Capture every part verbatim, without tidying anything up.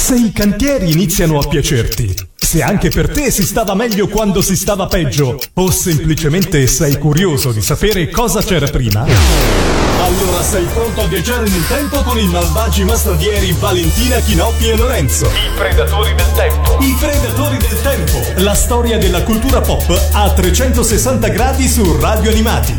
Se i cantieri iniziano a piacerti, se anche per te si stava meglio quando si stava peggio, o semplicemente sei curioso di sapere cosa c'era prima, allora sei pronto a viaggiare nel tempo con i malvagi mastradieri Valentina, Chinoppi e Lorenzo. I predatori del tempo. I predatori del tempo. La storia della cultura pop a trecentosessanta gradi su Radio Animati.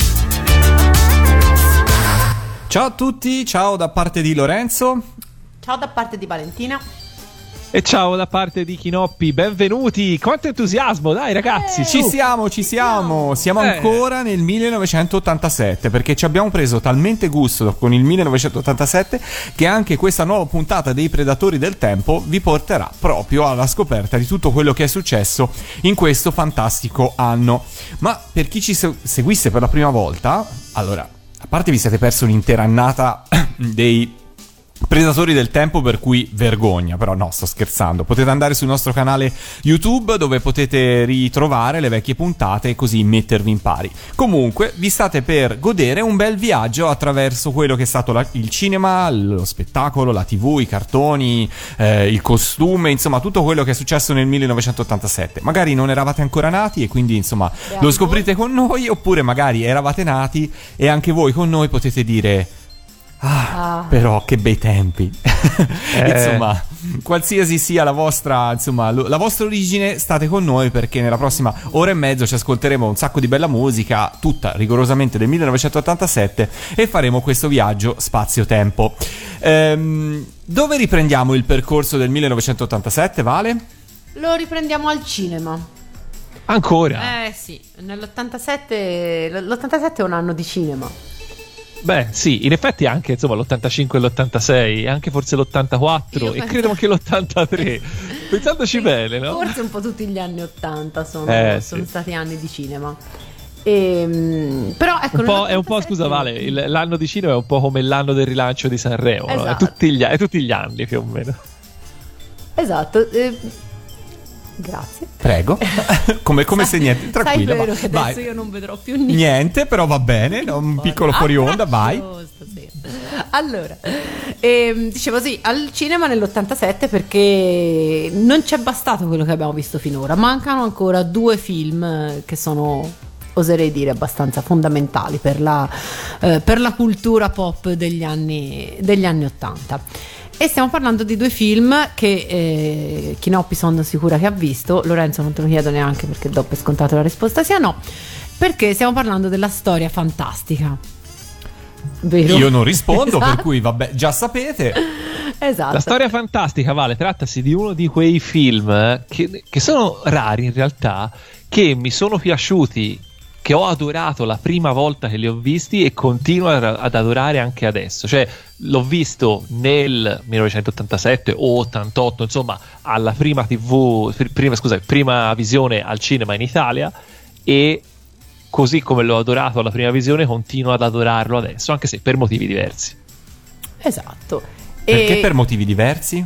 Ciao a tutti, ciao da parte di Lorenzo. Ciao da parte di Valentina. E ciao da parte di Chinoppi, benvenuti! Quanto entusiasmo, dai ragazzi! Eh, Ci siamo, ci siamo. Siamo Eh. ancora nel millenovecentottantasette, perché ci abbiamo preso talmente gusto con il millenovecentottantasette che anche questa nuova puntata dei Predatori del Tempo vi porterà proprio alla scoperta di tutto quello che è successo in questo fantastico anno. Ma per chi ci se- seguisse per la prima volta, allora, a parte vi siete perso un'intera annata dei Predatori del Tempo, per cui vergogna, però no, sto scherzando. Potete andare sul nostro canale YouTube dove potete ritrovare le vecchie puntate e così mettervi in pari. Comunque vi state per godere un bel viaggio attraverso quello che è stato la, il cinema, lo spettacolo, la tivù, i cartoni, eh, il costume, insomma tutto quello che è successo nel millenovecentottantasette. Magari non eravate ancora nati e quindi insomma Beh, lo scoprite con noi, oppure magari eravate nati e anche voi con noi potete dire: Ah, Ah. però che bei tempi. Eh. Insomma, qualsiasi sia la vostra, insomma, lo- la vostra origine, state con noi perché nella prossima ora e mezzo ci ascolteremo un sacco di bella musica, tutta rigorosamente del millenovecentottantasette, e faremo questo viaggio spazio-tempo. Ehm, dove riprendiamo il percorso del millenovecentottantasette, Vale? Lo riprendiamo al cinema. Ancora? Eh sì, nell'ottantasette l'ottantasette è un anno di cinema. Beh, sì, in effetti anche insomma l'ottantacinque e l'ottantasei, anche forse l'ottantaquattro Io e penso- credo anche l'ottantatré. Pensandoci bene, no? Forse un po' tutti gli anni ottanta sono, Eh, sono sì. stati anni di cinema. Ehm, però ecco, Un po', è un po', nell'ottantasette scusa Vale, il- l'anno di cinema è un po' come l'anno del rilancio di Sanremo, no? È, Esatto. tutti gli, è tutti gli anni più o meno. Esatto. eh, Grazie. Prego. come, come se niente, tranquilla. Sai vero va- che adesso vai. io non vedrò più niente. Niente, però va bene, no? Un piccolo fuori onda, vai. Allora, ehm, dicevo sì, al cinema nell'ottantasette perché non ci è bastato quello che abbiamo visto finora. Mancano ancora due film eh, che sono, oserei dire, abbastanza fondamentali per la, eh, per la cultura pop degli anni, degli anni ottanta. E stiamo parlando di due film che eh, Chinoppi sono sicura che ha visto. Lorenzo non te lo chiedo neanche perché do per scontato la risposta sia no, perché stiamo parlando della storia fantastica. Vero? Io non rispondo, Esatto. per cui vabbè, già sapete. Esatto. La storia fantastica, Vale, trattasi di uno di quei film che, che sono rari in realtà, che mi sono piaciuti, che ho adorato la prima volta che li ho visti e continuo ad ad adorare anche adesso. Cioè, l'ho visto nel millenovecentottantasette o ottantotto, insomma, alla prima tivù, prima, scusa, prima visione al cinema in Italia, e così come l'ho adorato alla prima visione continuo ad adorarlo adesso, anche se per motivi diversi. Esatto. Perché E- per motivi diversi?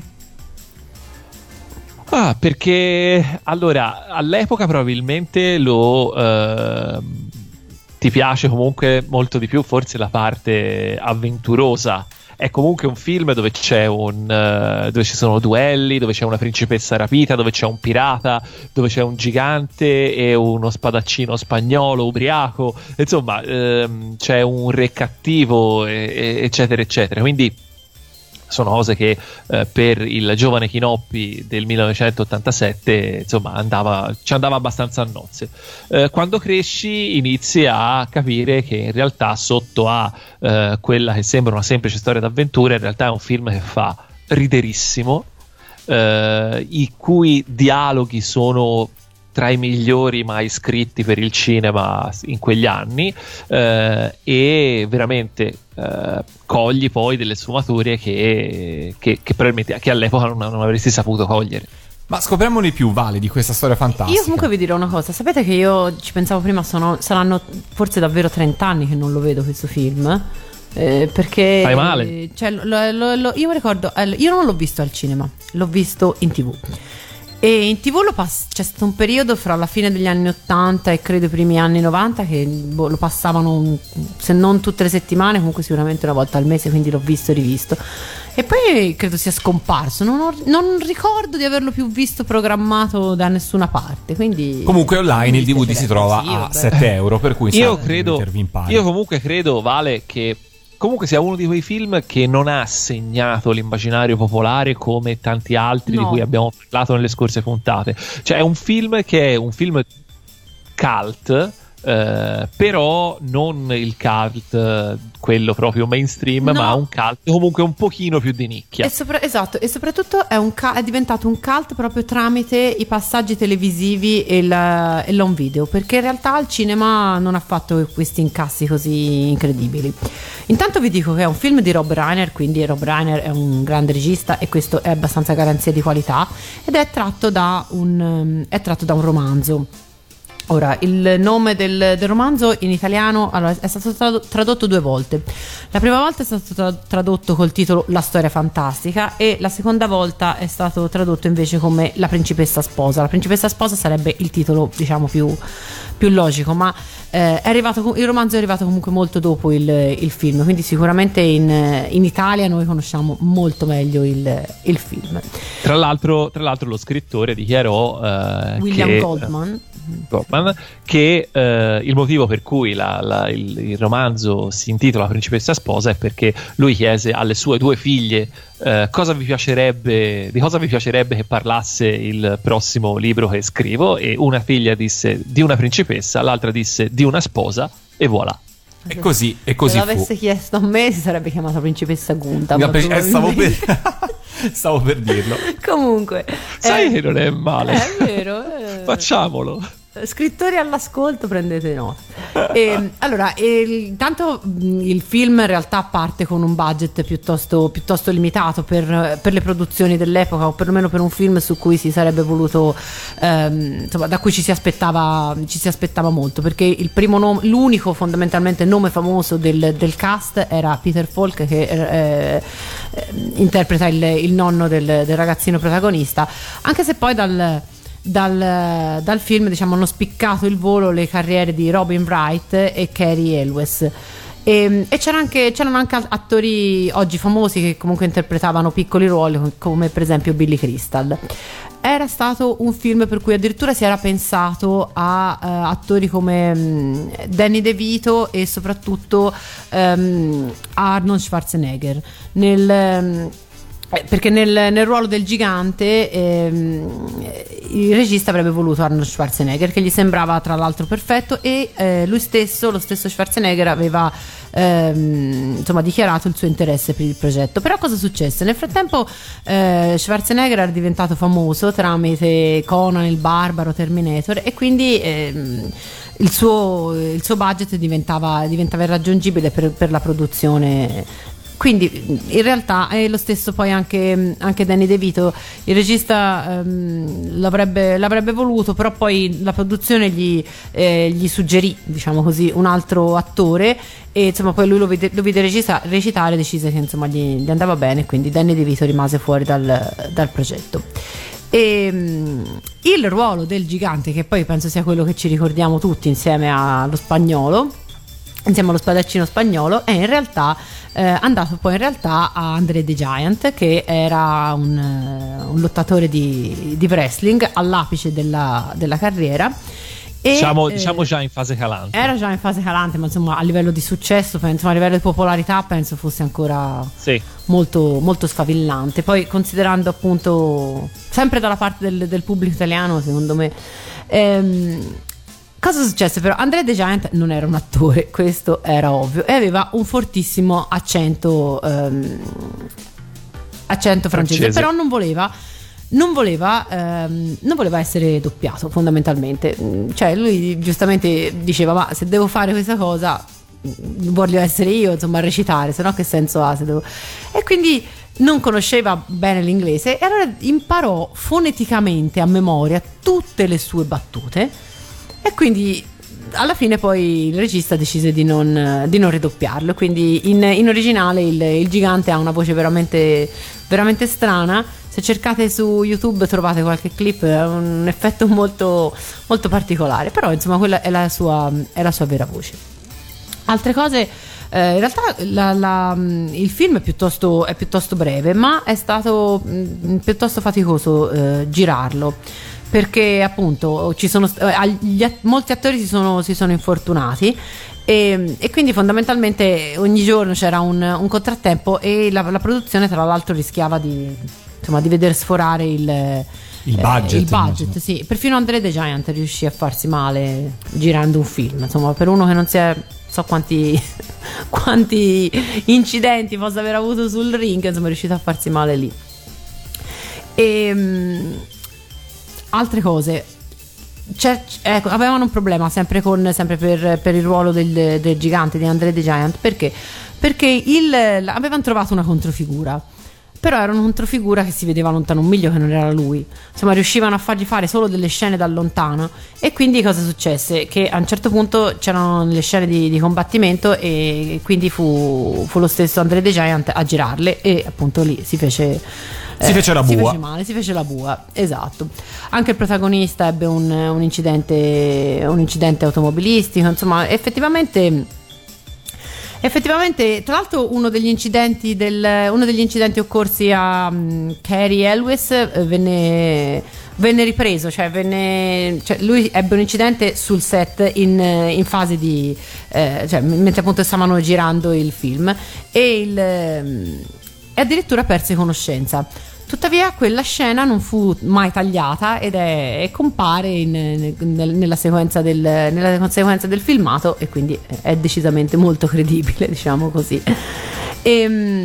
Ah, perché allora all'epoca probabilmente lo ehm, ti piace comunque molto di più forse la parte avventurosa. È comunque un film dove c'è un eh, dove ci sono duelli, dove c'è una principessa rapita, dove c'è un pirata, dove c'è un gigante e uno spadaccino spagnolo ubriaco, insomma, ehm, c'è un re cattivo, e, e- eccetera eccetera. Quindi sono cose che eh, per il giovane Chinoppi del millenovecentottantasette insomma andava, ci andava abbastanza a nozze. Eh, quando cresci inizi a capire che in realtà sotto a eh, quella che sembra una semplice storia d'avventura in realtà è un film che fa riderissimo, eh, i cui dialoghi sono tra i migliori mai scritti per il cinema in quegli anni, eh, e veramente eh, cogli poi delle sfumature che, che, che probabilmente che all'epoca non, non avresti saputo cogliere. Ma scopriamo di più, Vale, di questa storia fantastica. Io comunque vi dirò una cosa, sapete che io ci pensavo prima, sono, saranno forse davvero trenta anni che non lo vedo questo film, eh, perché Fai male. eh, cioè, lo- lo- lo- io mi ricordo, eh, io non l'ho visto al cinema, l'ho visto in tv E in tivù lo pass- c'è stato un periodo fra la fine degli anni ottanta e credo i primi anni novanta che boh, lo passavano un, se non tutte le settimane, comunque sicuramente una volta al mese, quindi l'ho visto e rivisto. E poi credo sia scomparso, non, ho, non ricordo di averlo più visto programmato da nessuna parte, quindi comunque online il D V D si trova sì, a vabbè. sette euro, per cui Io sa, credo, mettervi in pari. io comunque credo, Vale, che comunque sia uno di quei film che non ha segnato l'immaginario popolare come tanti altri No. di cui abbiamo parlato nelle scorse puntate. Cioè è un film che è un film cult, eh, però non il cult eh, quello proprio mainstream, No. ma un cult comunque un pochino più di nicchia. E sopra- esatto, e soprattutto è, un ca- è diventato un cult proprio tramite i passaggi televisivi e, la- e l'home video, perché in realtà il cinema non ha fatto questi incassi così incredibili. Intanto vi dico che è un film di Rob Reiner, quindi Rob Reiner è un grande regista e questo è abbastanza garanzia di qualità, ed è tratto da un, um, è tratto da un romanzo. Ora, il nome del, del romanzo in italiano allora, è stato trad- tradotto due volte. La prima volta è stato tra- tradotto col titolo La storia fantastica e la seconda volta è stato tradotto invece come La principessa sposa. La principessa sposa sarebbe il titolo, diciamo, più, più logico, ma eh, è arrivato, il romanzo è arrivato comunque molto dopo il, il film, quindi sicuramente in, in Italia noi conosciamo molto meglio il, il film. Tra l'altro, tra l'altro lo scrittore dichiarò eh, William che, Goldman. Goldman, che eh, il motivo per cui la, la, il, il romanzo si intitola Principessa sposa è perché lui chiese alle sue due figlie eh, cosa vi piacerebbe, di cosa vi piacerebbe che parlasse il prossimo libro che scrivo, e una figlia disse di una principessa, l'altra disse di una sposa, e voilà. E così, e così Se fu. l'avesse chiesto a me si sarebbe chiamata Principessa Gunta. La ma pre- eh, stavo, per... probabilmente- stavo per dirlo. Comunque Sai eh, che non è male. è vero eh. Facciamolo. Scrittori all'ascolto, prendete nota. E, allora, il, intanto mh, il film in realtà parte con un budget piuttosto, piuttosto limitato per, per le produzioni dell'epoca, o perlomeno per un film su cui si sarebbe voluto, ehm, insomma, da cui ci si aspettava, ci si aspettava molto, perché il primo nome, l'unico fondamentalmente nome famoso del, del cast era Peter Falk, che eh, eh, interpreta il, il nonno del, del ragazzino protagonista, anche se poi dal Dal, dal film, diciamo, hanno spiccato il volo le carriere di Robin Wright e Cary Elwes. E, e c'era anche, c'erano anche attori oggi famosi che comunque interpretavano piccoli ruoli, come per esempio Billy Crystal. Era stato un film per cui addirittura si era pensato a uh, attori come um, Danny DeVito e soprattutto um, Arnold Schwarzenegger nel um, perché nel, nel ruolo del gigante ehm, il regista avrebbe voluto Arnold Schwarzenegger, che gli sembrava tra l'altro perfetto, e eh, lui stesso, lo stesso Schwarzenegger aveva ehm, insomma dichiarato il suo interesse per il progetto. Però cosa successe? Nel frattempo eh, Schwarzenegger era diventato famoso tramite Conan il Barbaro, Terminator, e quindi ehm, il suo, il suo budget diventava, diventava irraggiungibile per, per la produzione. Quindi in realtà è lo stesso poi anche, anche Danny DeVito, il regista ehm, l'avrebbe, l'avrebbe voluto, però poi la produzione gli, eh, gli suggerì, diciamo così, un altro attore, e insomma poi lui lo vide, lo vide regista, recitare, decise che insomma gli, gli andava bene, quindi Danny DeVito rimase fuori dal, dal progetto. E, um, il ruolo del gigante, che poi penso sia quello che ci ricordiamo tutti insieme allo spagnolo, insieme allo spadaccino spagnolo, è in realtà eh, andato poi in realtà a Andre the Giant, che era un, uh, un lottatore di, di wrestling all'apice della, della carriera. E, diciamo, eh, diciamo già in fase calante. Era già in fase calante, ma insomma a livello di successo, penso, a livello di popolarità penso fosse ancora sì. molto, molto sfavillante. Poi considerando appunto sempre dalla parte del, del pubblico italiano, secondo me ehm, cosa successe però? Andre the Giant non era un attore, questo era ovvio, e aveva un fortissimo accento ehm, accento francese, francese, però non voleva non voleva ehm, non voleva essere doppiato, fondamentalmente. Cioè lui giustamente diceva: ma se devo fare questa cosa voglio essere io, insomma, a recitare, se no che senso ha se devo... E quindi non conosceva bene l'inglese e allora imparò foneticamente a memoria tutte le sue battute, e quindi alla fine poi il regista decise di non, di non ridoppiarlo. Quindi in, in originale il, il gigante ha una voce veramente, veramente strana, se cercate su YouTube trovate qualche clip, è un effetto molto, molto particolare, però insomma quella è la sua, è la sua vera voce. Altre cose, eh, in realtà la, la, il film è piuttosto, è piuttosto breve, ma è stato mh, piuttosto faticoso eh, girarlo, perché appunto ci sono eh, gli, molti attori si sono, si sono infortunati e, e quindi fondamentalmente ogni giorno c'era un, un contrattempo e la, la produzione tra l'altro rischiava di, insomma, di veder sforare il il budget, eh, il budget sì. Perfino Andre the Giant riuscì a farsi male girando un film, insomma, per uno che non si è so quanti quanti incidenti possa aver avuto sul ring, insomma è riuscito a farsi male lì. E um, altre cose, c'è, ecco, avevano un problema sempre, con, sempre per, per il ruolo del, del gigante di Andre the Giant, perché perché il, avevano trovato una controfigura, però era una controfigura che si vedeva lontano un miglio che non era lui, insomma riuscivano a fargli fare solo delle scene da lontano, e quindi cosa successe? Che a un certo punto c'erano le scene di, di combattimento e quindi fu, fu lo stesso Andre the Giant a girarle e appunto lì si fece si eh, fece la bua si fece male, si fece la bua, esatto. Anche il protagonista ebbe un, un incidente un incidente automobilistico, insomma effettivamente Effettivamente, tra l'altro, uno degli incidenti del, uno degli incidenti occorsi a um, Cary Elwes eh, venne, venne ripreso, cioè, venne, cioè lui ebbe un incidente sul set in, in fase di eh, cioè mentre appunto stavano girando il film e, il, e addirittura perse conoscenza. Tuttavia quella scena non fu mai tagliata ed è, è compare in, nel, nella, sequenza del, nella sequenza del filmato, e quindi è decisamente molto credibile, diciamo così. E,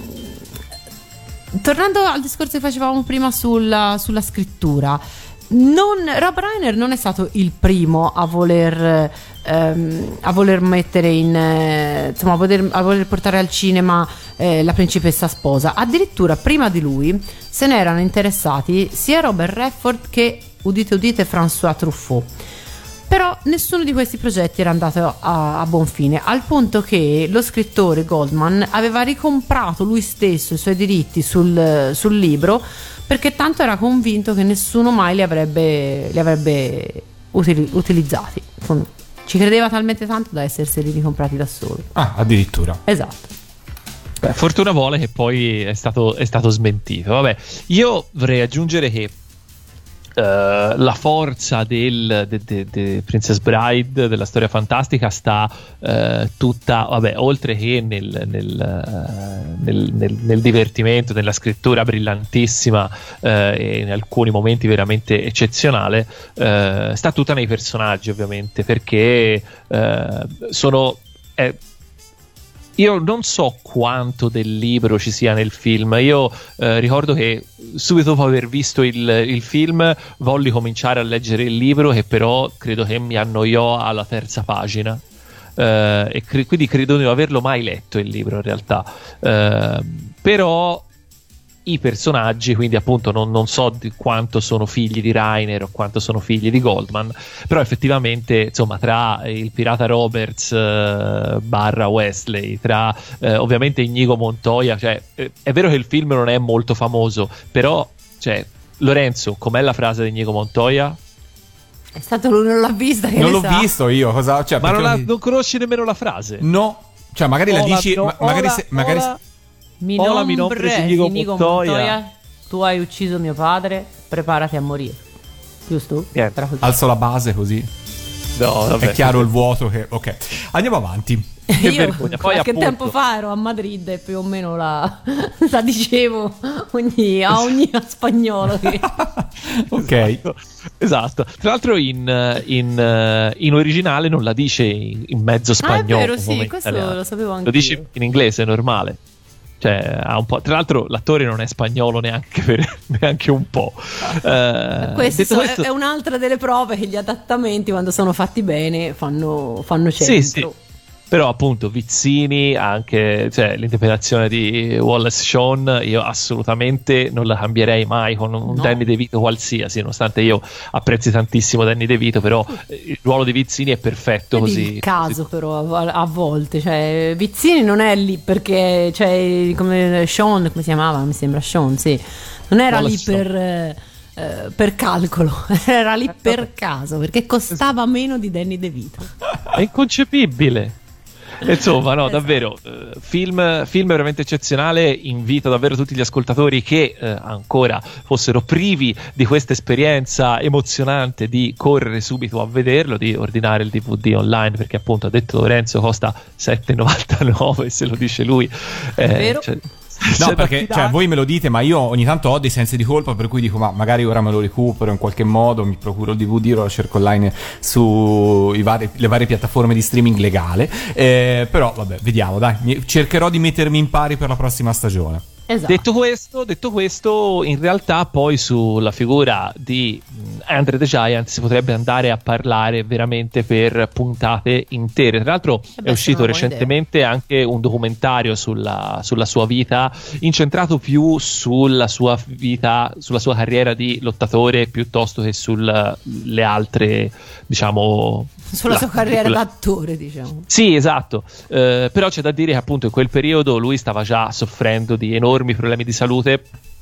tornando al discorso che facevamo prima sulla, sulla scrittura, non, Rob Reiner non è stato il primo a voler ehm, a voler mettere in eh, insomma a voler, a voler portare al cinema eh, La principessa sposa. Addirittura prima di lui se ne erano interessati sia Robert Redford che, udite udite, François Truffaut, però nessuno di questi progetti era andato a, a buon fine, al punto che lo scrittore Goldman aveva ricomprato lui stesso i suoi diritti sul, sul libro, perché tanto era convinto che nessuno mai li avrebbe, li avrebbe utili, utilizzati. Ci credeva talmente tanto da esserseli ricomprati da solo. Ah, addirittura. Esatto. Beh, fortuna vuole che poi è stato, è stato smentito. Vabbè, io vorrei aggiungere che Uh, la forza del de, de, de Princess Bride, della storia fantastica, sta uh, tutta, vabbè, oltre che nel, nel, uh, nel, nel, nel divertimento, nella scrittura brillantissima uh, e in alcuni momenti veramente eccezionale, uh, sta tutta nei personaggi, ovviamente, perché uh, sono eh, io non so quanto del libro ci sia nel film. Io eh, ricordo che subito dopo aver visto il, il film volli cominciare a leggere il libro, che però credo che mi annoiò alla terza pagina, eh, e cre- quindi credo di non averlo mai letto il libro in realtà, eh, però i personaggi, quindi appunto non, non so di quanto sono figli di Reiner o quanto sono figli di Goldman, però effettivamente insomma tra il pirata Roberts eh, barra Wesley, tra eh, ovviamente Inigo Montoya, cioè eh, è vero che il film non è molto famoso, però cioè Lorenzo, com'è la frase di Inigo Montoya? È stato lui, non l'ha vista, che non l'ho sa? visto io, cosa, cioè, ma non, la, mi... non conosci nemmeno la frase? No, cioè magari ola, la dici no, ma, magari ola, se, magari ola. se... Mi Ola, nombre, mi nombre Inigo Inigo Montoya. Montoya, tu hai ucciso mio padre, preparati a morire. Giusto? Niente. Alzo la base così. No, vabbè. È chiaro il vuoto che... Ok, andiamo avanti. Che Io vergogna. Poi, qualche appunto, tempo fa ero a Madrid e più o meno la, la dicevo ogni, a ogni spagnolo che... Ok. Esatto. Esatto. Tra l'altro in, in, in originale non la dice in, in mezzo spagnolo. Ah, è vero, sì, come questo italiano. lo sapevo anche Lo dice in inglese, normale. Cioè, ha un po'. Tra l'altro, l'attore non è spagnolo neanche, per, neanche un po'. Uh, questo, so, questo è un'altra delle prove che gli adattamenti, quando sono fatti bene, fanno, fanno centro. Sì, sì. Però appunto Vizzini, anche cioè, l'interpretazione di Wallace Shawn, io assolutamente non la cambierei mai con un no. Danny DeVito qualsiasi, nonostante io apprezzi tantissimo Danny DeVito, però il ruolo di Vizzini è perfetto. Vedi così il caso così. però a, a volte, cioè Vizzini non è lì perché cioè, come Shawn, come si chiamava? Mi sembra Shawn, sì, non era Wallace lì per... Eh, per calcolo, era lì per caso perché costava meno di Danny DeVito. È inconcepibile. Insomma, no, davvero, eh, film, film veramente eccezionale. Invito davvero tutti gli ascoltatori che eh, ancora fossero privi di questa esperienza emozionante di correre subito a vederlo, di ordinare il D V D online, perché appunto, ha detto Lorenzo, costa sette e novantanove, se lo dice lui. Eh, vero? Cioè, No, perché cioè, voi me lo dite, ma io ogni tanto ho dei sensi di colpa, per cui dico, ma magari ora me lo recupero in qualche modo, mi procuro il D V D, lo cerco online su i vari, le varie piattaforme di streaming legale. Eh, però vabbè, vediamo, dai, cercherò di mettermi in pari per la prossima stagione. Esatto. Detto questo, detto questo, in realtà poi sulla figura di Andre the Giant si potrebbe andare a parlare veramente per puntate intere. Tra l'altro eh beh, è uscito recentemente idea. anche un documentario sulla, sulla sua vita, incentrato più sulla sua vita, sulla sua carriera di lottatore, piuttosto che sulle altre, diciamo... sulla la, sua carriera la... d'attore, diciamo. Sì, esatto. Eh, però c'è da dire che appunto in quel periodo lui stava già soffrendo di enormi problemi di salute,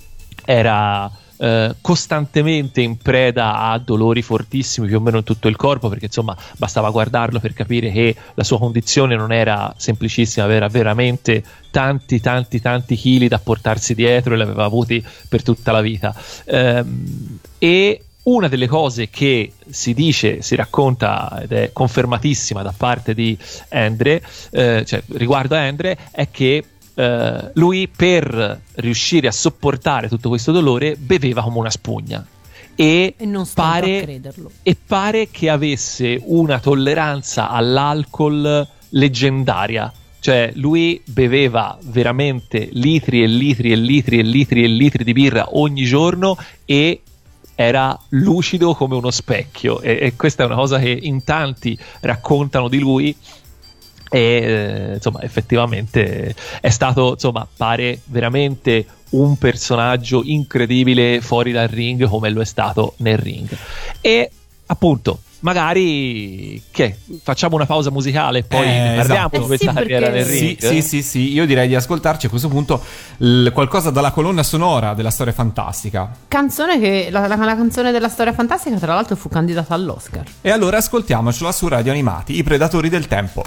era eh, costantemente in preda a dolori fortissimi più o meno in tutto il corpo, perché insomma bastava guardarlo per capire che la sua condizione non era semplicissima, aveva veramente tanti tanti tanti chili da portarsi dietro e li aveva avuti per tutta la vita. Ehm, e una delle cose che si dice, si racconta ed è confermatissima da parte di Andre, eh, cioè riguardo a Andre, è che eh, lui per riuscire a sopportare tutto questo dolore beveva come una spugna. E, e non sto pare, a crederlo. E pare che avesse una tolleranza all'alcol leggendaria. Cioè lui beveva veramente litri e litri e litri e litri e litri di birra ogni giorno e era lucido come uno specchio, e, e questa è una cosa che in tanti raccontano di lui. E eh, insomma effettivamente è stato, insomma, pare veramente un personaggio incredibile fuori dal ring come lo è stato nel ring. E appunto magari che facciamo una pausa musicale e poi eh, parliamo esatto. di questa eh sì, carriera nel ring. Sì, sì, sì, sì, io direi di ascoltarci a questo punto l- qualcosa dalla colonna sonora della Storia Fantastica. Canzone che la, la, la canzone della Storia Fantastica tra l'altro fu candidata all'Oscar. E allora ascoltiamocela su Radio Animati, I Predatori del Tempo.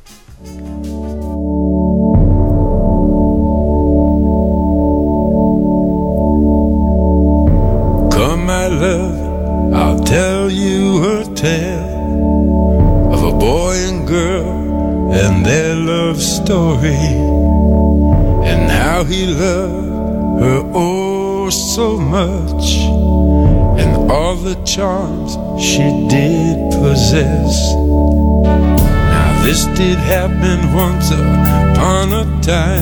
Come my love, I'll tell you a tale of a boy and girl and their love story, and how he loved her oh so much, and all the charms she did possess. Now this did happen once upon a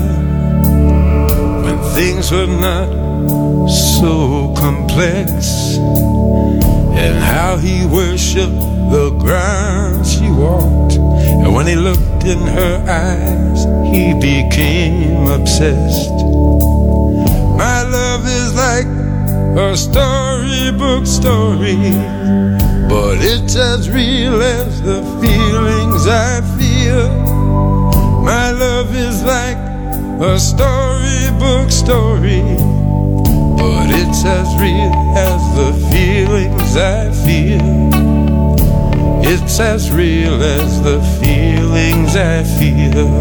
time when things were not so complex, and how he worshipped the ground she walked, and when he looked in her eyes he became obsessed. My love is like a storybook story, but it's as real as the feelings I feel. My love is like a storybook story, but it's as real as the feelings I feel. It's as real as the feelings I feel.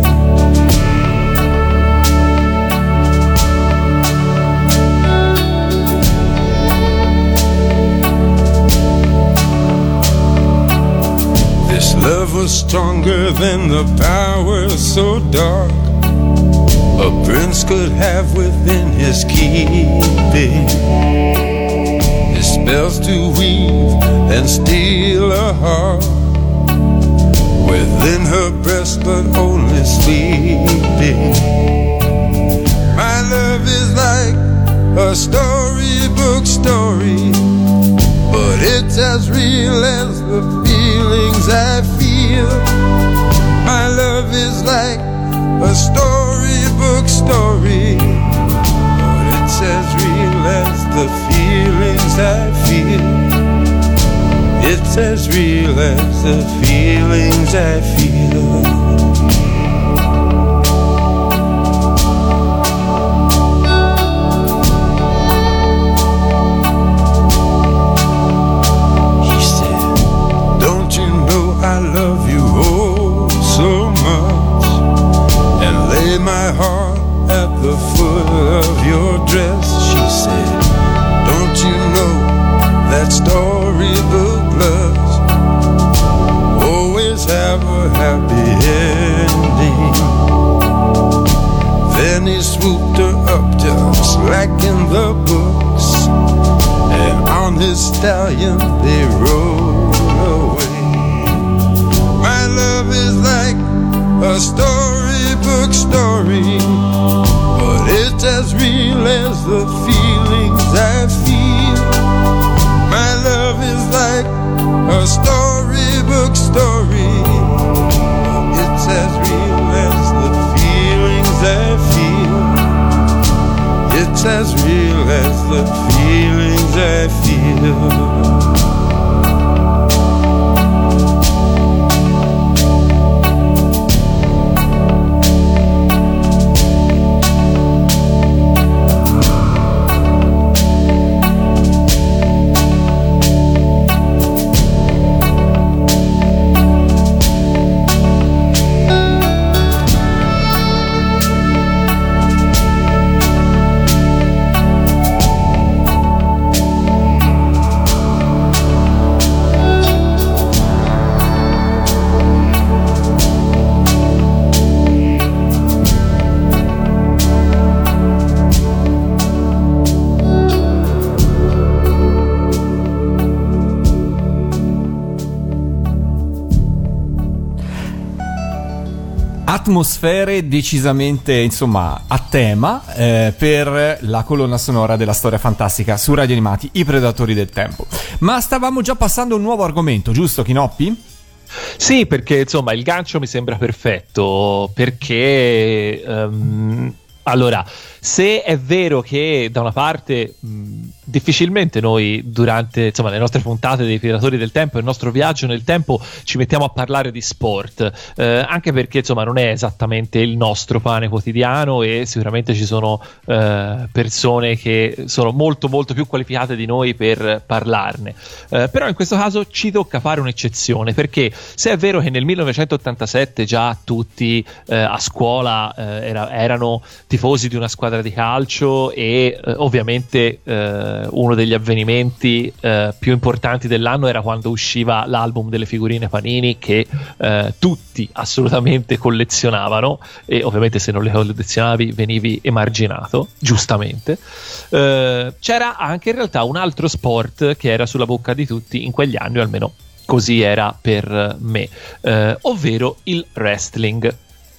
This love was stronger than the power so dark a prince could have within his keeping. His spells to weave and steal a heart within her breast, but only sleeping. My love is like a storybook story, but it's as real as the feelings I feel. My love is like a storybook story, but it's as real as the feelings I feel. It's as real as the feelings I feel. He said, don't you know I love you oh so much, and lay my heart at the foot of your dress. She said, don't you know that storybook loves always have a happy ending? Then he swooped her up just like in the books, and on his stallion they rode away. My love is like a storybook story, but it's as real as the feelings I feel. My love is like a storybook story, it's as real as the feelings I feel. It's as real as the feelings I feel. Atmosfere decisamente, insomma, a tema eh, per la colonna sonora della storia fantastica su Radio Animati, I Predatori del Tempo. Ma stavamo già passando a un nuovo argomento, giusto Chinoppi? Sì, perché insomma il gancio mi sembra perfetto, perché um, allora, se è vero che da una parte mh, difficilmente noi durante insomma le nostre puntate dei Predatori del Tempo, il nostro viaggio nel tempo, ci mettiamo a parlare di sport, eh, anche perché insomma non è esattamente il nostro pane quotidiano e sicuramente ci sono eh, persone che sono molto molto più qualificate di noi per parlarne, eh, però in questo caso ci tocca fare un'eccezione, perché se è vero che nel millenovecentottantasette già tutti eh, a scuola eh, era, erano tifosi di una squadra di calcio e eh, ovviamente eh, uno degli avvenimenti eh, più importanti dell'anno era quando usciva l'album delle figurine Panini che eh, tutti assolutamente collezionavano, e ovviamente se non le collezionavi venivi emarginato, giustamente. Eh, c'era anche in realtà un altro sport che era sulla bocca di tutti in quegli anni, o almeno così era per me, eh, ovvero il wrestling.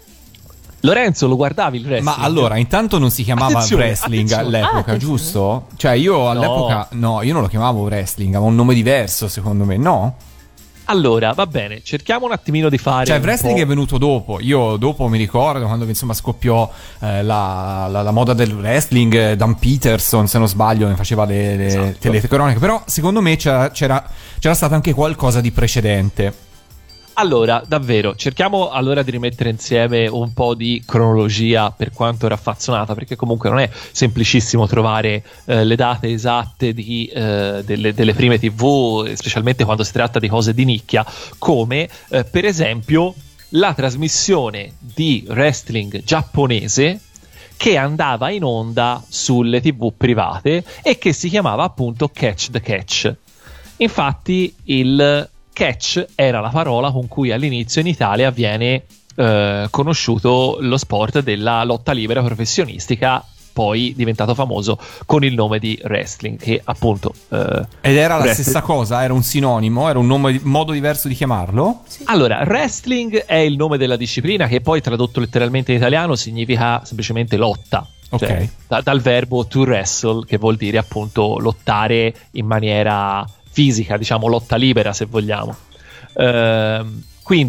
Lorenzo, lo guardavi il wrestling? Ma allora, intanto non si chiamava attenzione, wrestling attenzione. all'epoca, Ah, giusto? Cioè io all'epoca, no. no, io non lo chiamavo wrestling, aveva un nome diverso secondo me, no? Allora, va bene, cerchiamo un attimino di fare. Cioè il wrestling po'... è venuto dopo. Io dopo mi ricordo quando insomma scoppiò eh, la, la, la moda del wrestling, eh, Dan Peterson se non sbaglio ne faceva le, le Esatto. telecronache. Però secondo me c'era, c'era, c'era stato anche qualcosa di precedente. Allora, davvero, cerchiamo allora di rimettere insieme un po' di cronologia per quanto raffazzonata, perché comunque non è semplicissimo trovare eh, le date esatte di, eh, delle, delle prime tivù, specialmente quando si tratta di cose di nicchia, come eh, per esempio la trasmissione di wrestling giapponese che andava in onda sulle tivù private e che si chiamava appunto Catch the Catch. Infatti il catch era la parola con cui all'inizio in Italia viene eh, conosciuto lo sport della lotta libera professionistica, poi diventato famoso con il nome di wrestling, che appunto eh, ed era la wrestling. stessa cosa, era un sinonimo, era un nome, modo diverso di chiamarlo? Sì. Allora, wrestling è il nome della disciplina, che poi tradotto letteralmente in italiano significa semplicemente lotta. Ok. Cioè, da, dal verbo to wrestle, che vuol dire appunto lottare in maniera fisica, diciamo lotta libera se vogliamo. Ehm, quindi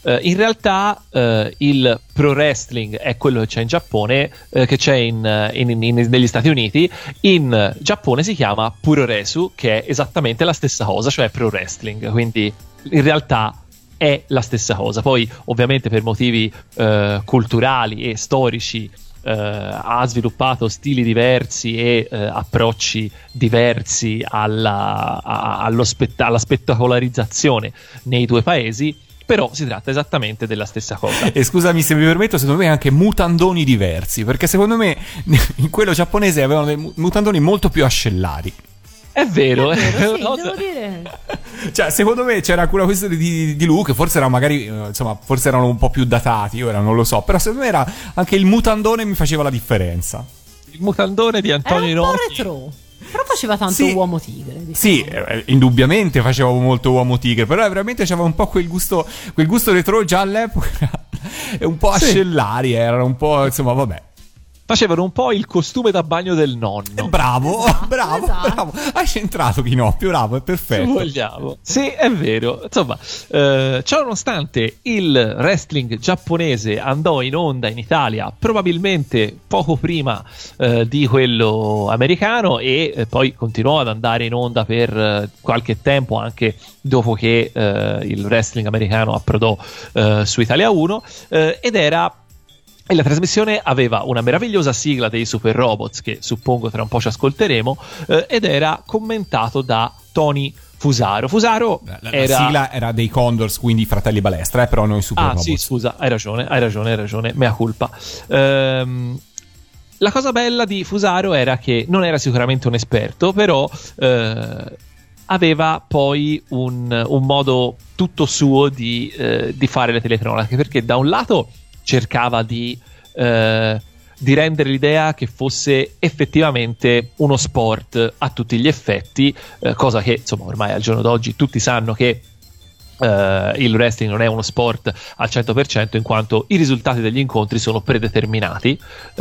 Uh, in realtà uh, il pro wrestling è quello che c'è in Giappone, uh, che c'è in, in, in, in, negli Stati Uniti. In Giappone si chiama puroresu, che è esattamente la stessa cosa, cioè pro wrestling, quindi in realtà è la stessa cosa. Poi ovviamente per motivi uh, culturali e storici uh, ha sviluppato stili diversi e uh, approcci diversi alla, a, allo spett- alla spettacolarizzazione nei due paesi, però si tratta esattamente della stessa cosa. E scusami se mi permetto, secondo me anche mutandoni diversi, perché secondo me in quello giapponese avevano dei mutandoni molto più ascellari. È vero, è vero, eh? sì, no, devo dire. Cioè, secondo me c'era quella questione di, di look, forse erano magari, insomma, forse erano un po' più datati, ora non lo so, però secondo me era anche il mutandone mi faceva la differenza. Il mutandone di Antonio Era un po' Inoki retro, però faceva tanto Sì. uomo tigre, diciamo. Sì, eh, indubbiamente faceva molto uomo tigre, però veramente c'aveva un po' quel gusto, quel gusto retro già all'epoca, e un po' Sì. ascellari, erano un po', insomma, vabbè. facevano un po' il costume da bagno del nonno. Bravo, Esatto, bravo, esatto. bravo. Hai centrato Chinoppiu, bravo, è Se perfetto. vogliamo. Sì, è vero. Insomma, eh, ciò nonostante il wrestling giapponese andò in onda in Italia probabilmente poco prima eh, di quello americano e eh, poi continuò ad andare in onda per eh, qualche tempo anche dopo che eh, il wrestling americano approdò eh, su Italia uno eh, ed era E la trasmissione aveva una meravigliosa sigla dei Super Robots, che suppongo tra un po' ci ascolteremo, eh, ed era commentato da Tony Fusaro. Fusaro La, la, era... la sigla era dei Condors, quindi Fratelli Balestra, eh, però noi Super Ah, Robots. sì, scusa, hai ragione, hai ragione, hai ragione, mea culpa. Ehm, la cosa bella di Fusaro era che non era sicuramente un esperto, però eh, aveva poi un, un modo tutto suo di, eh, di fare le telecronache, perché da un lato cercava di, eh, di rendere l'idea che fosse effettivamente uno sport a tutti gli effetti, eh, cosa che insomma ormai al giorno d'oggi tutti sanno che eh, il wrestling non è uno sport al cento per cento, in quanto i risultati degli incontri sono predeterminati,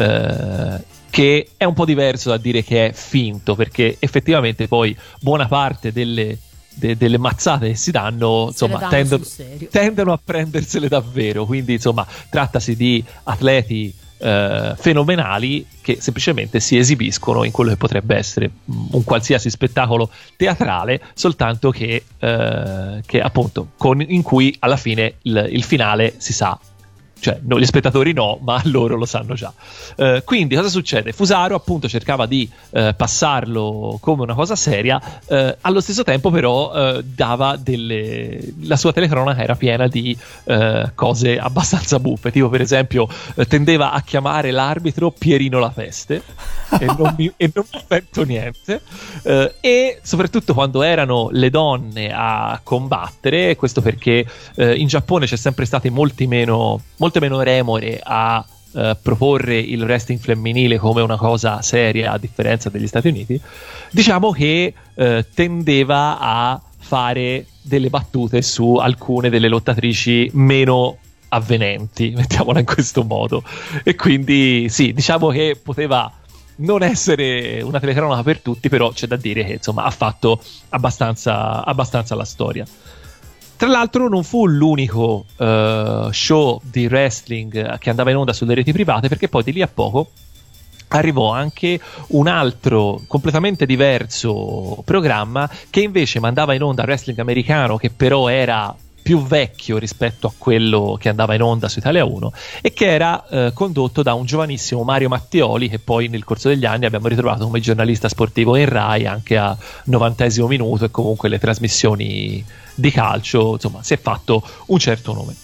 eh, che è un po' diverso da dire che è finto, perché effettivamente poi buona parte delle De, delle mazzate che si danno, insomma, danno tendono, sul serio. tendono a prendersele davvero. Quindi, insomma, trattasi di atleti eh, fenomenali che semplicemente si esibiscono in quello che potrebbe essere mh, un qualsiasi spettacolo teatrale, soltanto che, eh, che appunto, con, in cui alla fine il, il finale si sa. Cioè, no, gli spettatori no, ma loro lo sanno già. Uh, quindi cosa succede? Fusaro appunto cercava di uh, passarlo come una cosa seria, uh, allo stesso tempo però uh, dava delle... la sua telecronaca era piena di uh, cose abbastanza buffe, tipo per esempio uh, tendeva a chiamare l'arbitro Pierino la Peste e non mi, e non mi invento niente, uh, e soprattutto quando erano le donne a combattere, questo perché uh, in Giappone c'è sempre stati molti meno molte meno remore a uh, proporre il wrestling femminile come una cosa seria, a differenza degli Stati Uniti, diciamo che uh, tendeva a fare delle battute su alcune delle lottatrici meno avvenenti, mettiamola in questo modo, e quindi sì, diciamo che poteva non essere una telecronaca per tutti, però c'è da dire che insomma ha fatto abbastanza, abbastanza la storia. Tra l'altro non fu l'unico uh, show di wrestling che andava in onda sulle reti private, perché poi di lì a poco arrivò anche un altro completamente diverso programma che invece mandava in onda wrestling americano, che però era più vecchio rispetto a quello che andava in onda su Italia uno e che era eh, condotto da un giovanissimo Mario Mattioli, che poi nel corso degli anni abbiamo ritrovato come giornalista sportivo in Rai anche a novantesimo minuto, e comunque le trasmissioni di calcio, insomma, si è fatto un certo nome.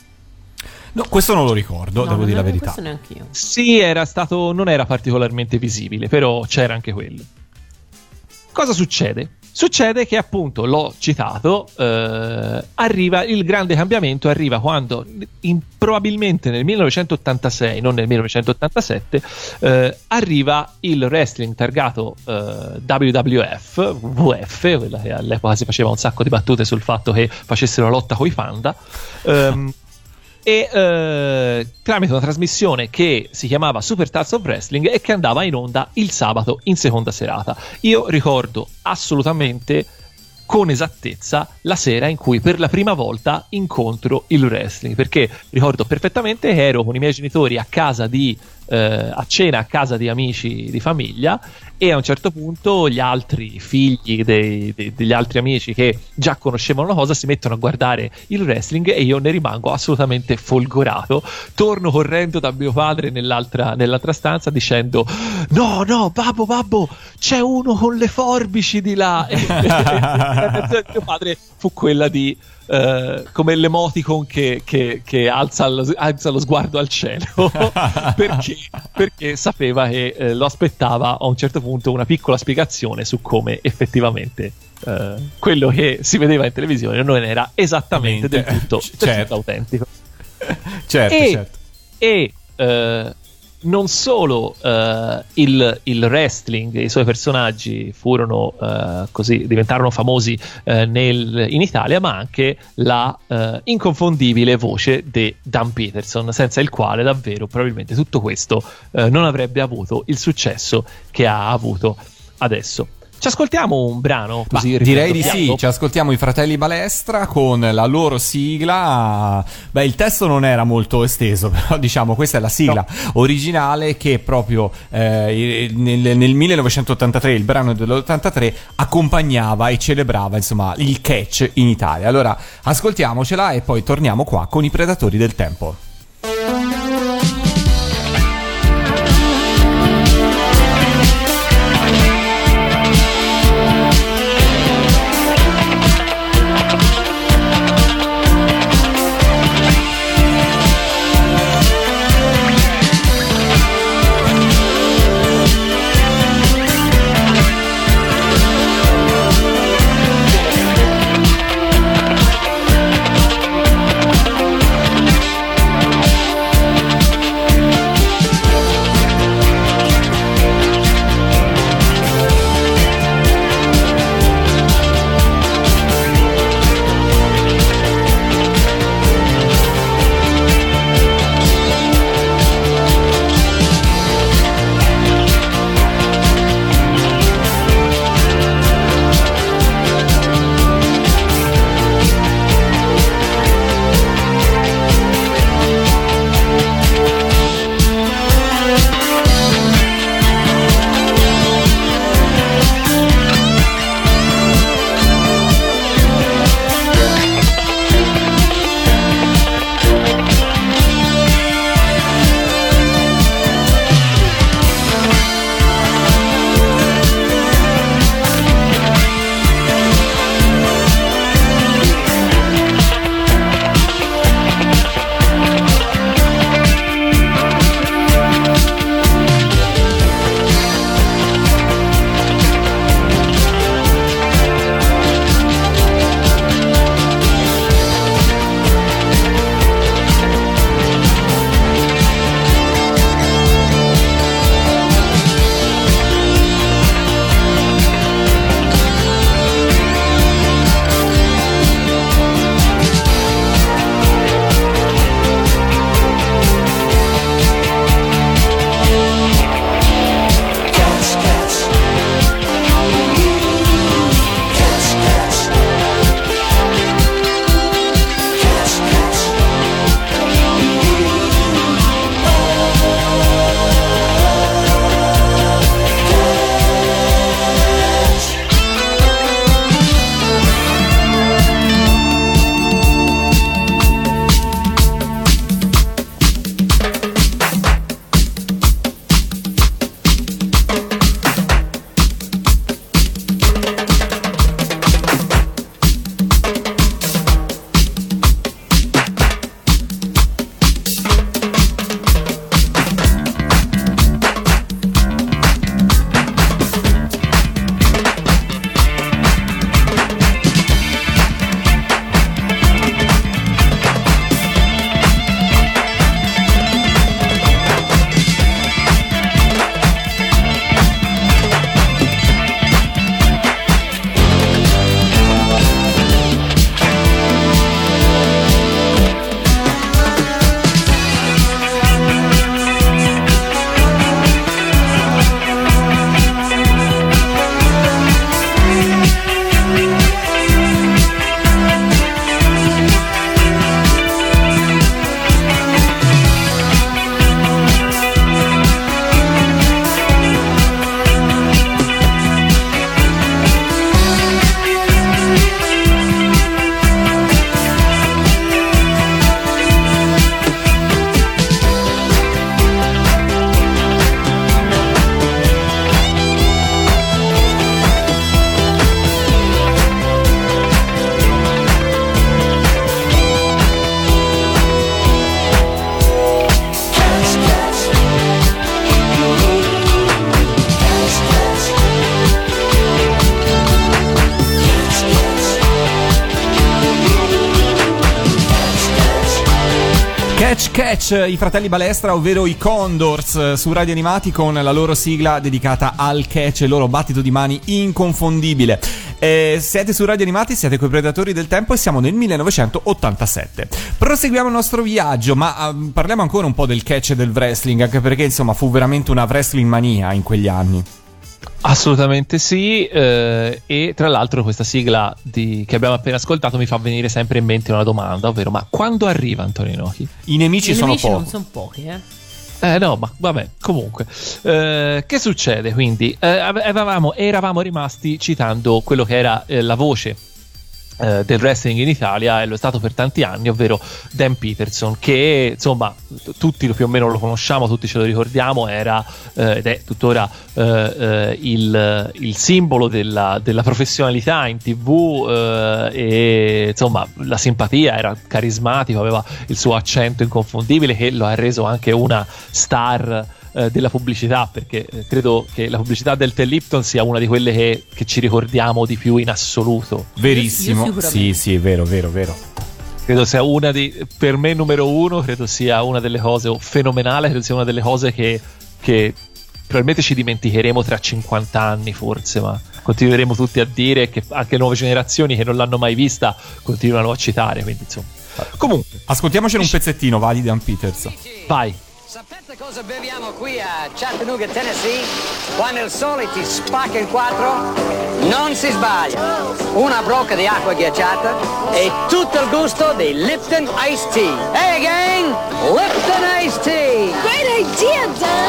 No, questo non lo ricordo, No, devo non dire la avevo verità. questo neanch'io. Sì, era stato, non era particolarmente visibile, però c'era anche quello. Cosa succede? Succede che appunto, l'ho citato, eh, arriva il grande cambiamento, arriva quando in, probabilmente nel millenovecentottantasei, non nel millenovecentottantasette, eh, arriva il wrestling targato eh, W W F, W F, quella che all'epoca si faceva un sacco di battute sul fatto che facessero la lotta coi panda, ehm, e eh, tramite una trasmissione che si chiamava Superstars of Wrestling e che andava in onda il sabato in seconda serata. Io ricordo assolutamente con esattezza la sera in cui per la prima volta incontro il wrestling, perché ricordo perfettamente che ero con i miei genitori a casa di eh, a cena a casa di amici di famiglia, e a un certo punto gli altri figli dei, dei, degli altri amici che già conoscevano la cosa si mettono a guardare il wrestling e io ne rimango assolutamente folgorato. Torno correndo da mio padre nell'altra, nell'altra stanza dicendo: no no babbo babbo, c'è uno con le forbici di là. E la reazione di mio padre fu quella di Uh, come l'emoticon che, che, che alza, lo, alza lo sguardo al cielo perché, perché sapeva che uh, lo aspettava a un certo punto una piccola spiegazione su come effettivamente uh, quello che si vedeva in televisione non era esattamente del tutto, C- del certo. tutto autentico. Certo, e, certo. E uh, non solo uh, il, il wrestling e i suoi personaggi furono uh, così, diventarono famosi uh, nel, in Italia, ma anche la uh, inconfondibile voce di Dan Peterson, senza il quale davvero probabilmente tutto questo uh, non avrebbe avuto il successo che ha avuto adesso. Ci ascoltiamo un brano così? Bah, direi di sì, ricordiamo? ci ascoltiamo i Fratelli Balestra con la loro sigla. Beh, il testo non era molto esteso, però diciamo questa è la sigla no. originale che proprio eh, nel, nel millenovecentottantatré, il brano dell'ottantatré, accompagnava e celebrava insomma il catch in Italia. Allora ascoltiamocela e poi torniamo qua con i Predatori del Tempo. We'll be right back. Catch Catch, i fratelli Balestra, ovvero i Condors, su Radio Animati con la loro sigla dedicata al catch e il loro battito di mani inconfondibile. Eh, siete su Radio Animati, siete coi Predatori del Tempo e siamo nel millenovecentottantasette. Proseguiamo il nostro viaggio, ma uh, parliamo ancora un po' del catch e del wrestling, anche perché insomma fu veramente una wrestling mania in quegli anni. Assolutamente sì, eh, e tra l'altro questa sigla di, che abbiamo appena ascoltato mi fa venire sempre in mente una domanda, ovvero ma quando arriva Antonio Inoki? I nemici I sono nemici pochi. non sono pochi, eh. Eh no, ma vabbè, comunque. Eh, che succede quindi? Eh, avevamo, eravamo rimasti citando quello che era eh, la voce eh, del wrestling in Italia, e lo è stato per tanti anni, ovvero Dan Peterson, che insomma t- tutti più o meno lo conosciamo, tutti ce lo ricordiamo, era eh, ed è tuttora eh, eh, il, il simbolo della, della professionalità in tivù, eh, e insomma la simpatia, era carismatico, aveva il suo accento inconfondibile che lo ha reso anche una star eh, della pubblicità, perché eh, credo che la pubblicità del Tel Lipton sia una di quelle che, che ci ricordiamo di più in assoluto. Verissimo, Io- io sì sì, vero vero vero. Credo sia una di, per me numero uno, credo sia una delle cose oh, fenomenale, credo sia una delle cose che, che probabilmente ci dimenticheremo tra cinquanta anni forse, ma continueremo tutti a dire, che anche nuove generazioni che non l'hanno mai vista continuano a citare, quindi insomma. Comunque, Ascoltiamocene un pezzettino, va, di Dan Peterson. vai. Sapete cosa beviamo qui a Chattanooga, Tennessee? Quando il sole ti spacca in quattro, non si sbaglia. Una brocca di acqua ghiacciata e tutto il gusto dei Lipton Iced Tea. Hey gang, Lipton Iced Tea! Great idea,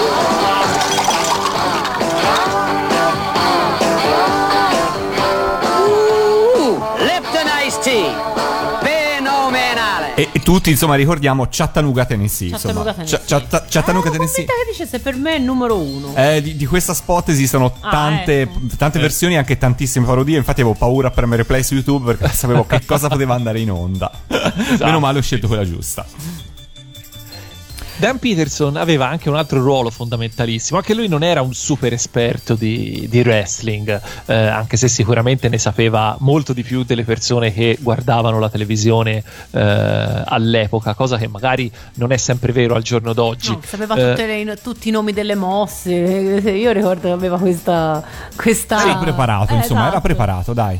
Uh, Lipton Iced Tea! Fenomenale! E, e tutti insomma ricordiamo Chattanooga, Tennessee. Chattanooga, insomma. Tennessee. Cia- Chatta- Chattanooga, Eh, Tennessee. convinta che dice se per me è il numero uno. Eh, di, di questa spot esistono Ah, tante, ecco. tante versioni, anche tantissime parodie. Infatti avevo paura a premere play su YouTube perché sapevo che cosa poteva andare in onda. Meno male ho scelto quella giusta. Dan Peterson aveva anche un altro ruolo fondamentalissimo, anche lui non era un super esperto di, di wrestling, eh, anche se sicuramente ne sapeva molto di più delle persone che guardavano la televisione eh, all'epoca, cosa che magari non è sempre vero al giorno d'oggi. No, sapeva Eh, tutte le- tutti i nomi delle mosse. Io ricordo che aveva questa. questa... Era preparato, Eh, insomma, era esatto. preparato, dai.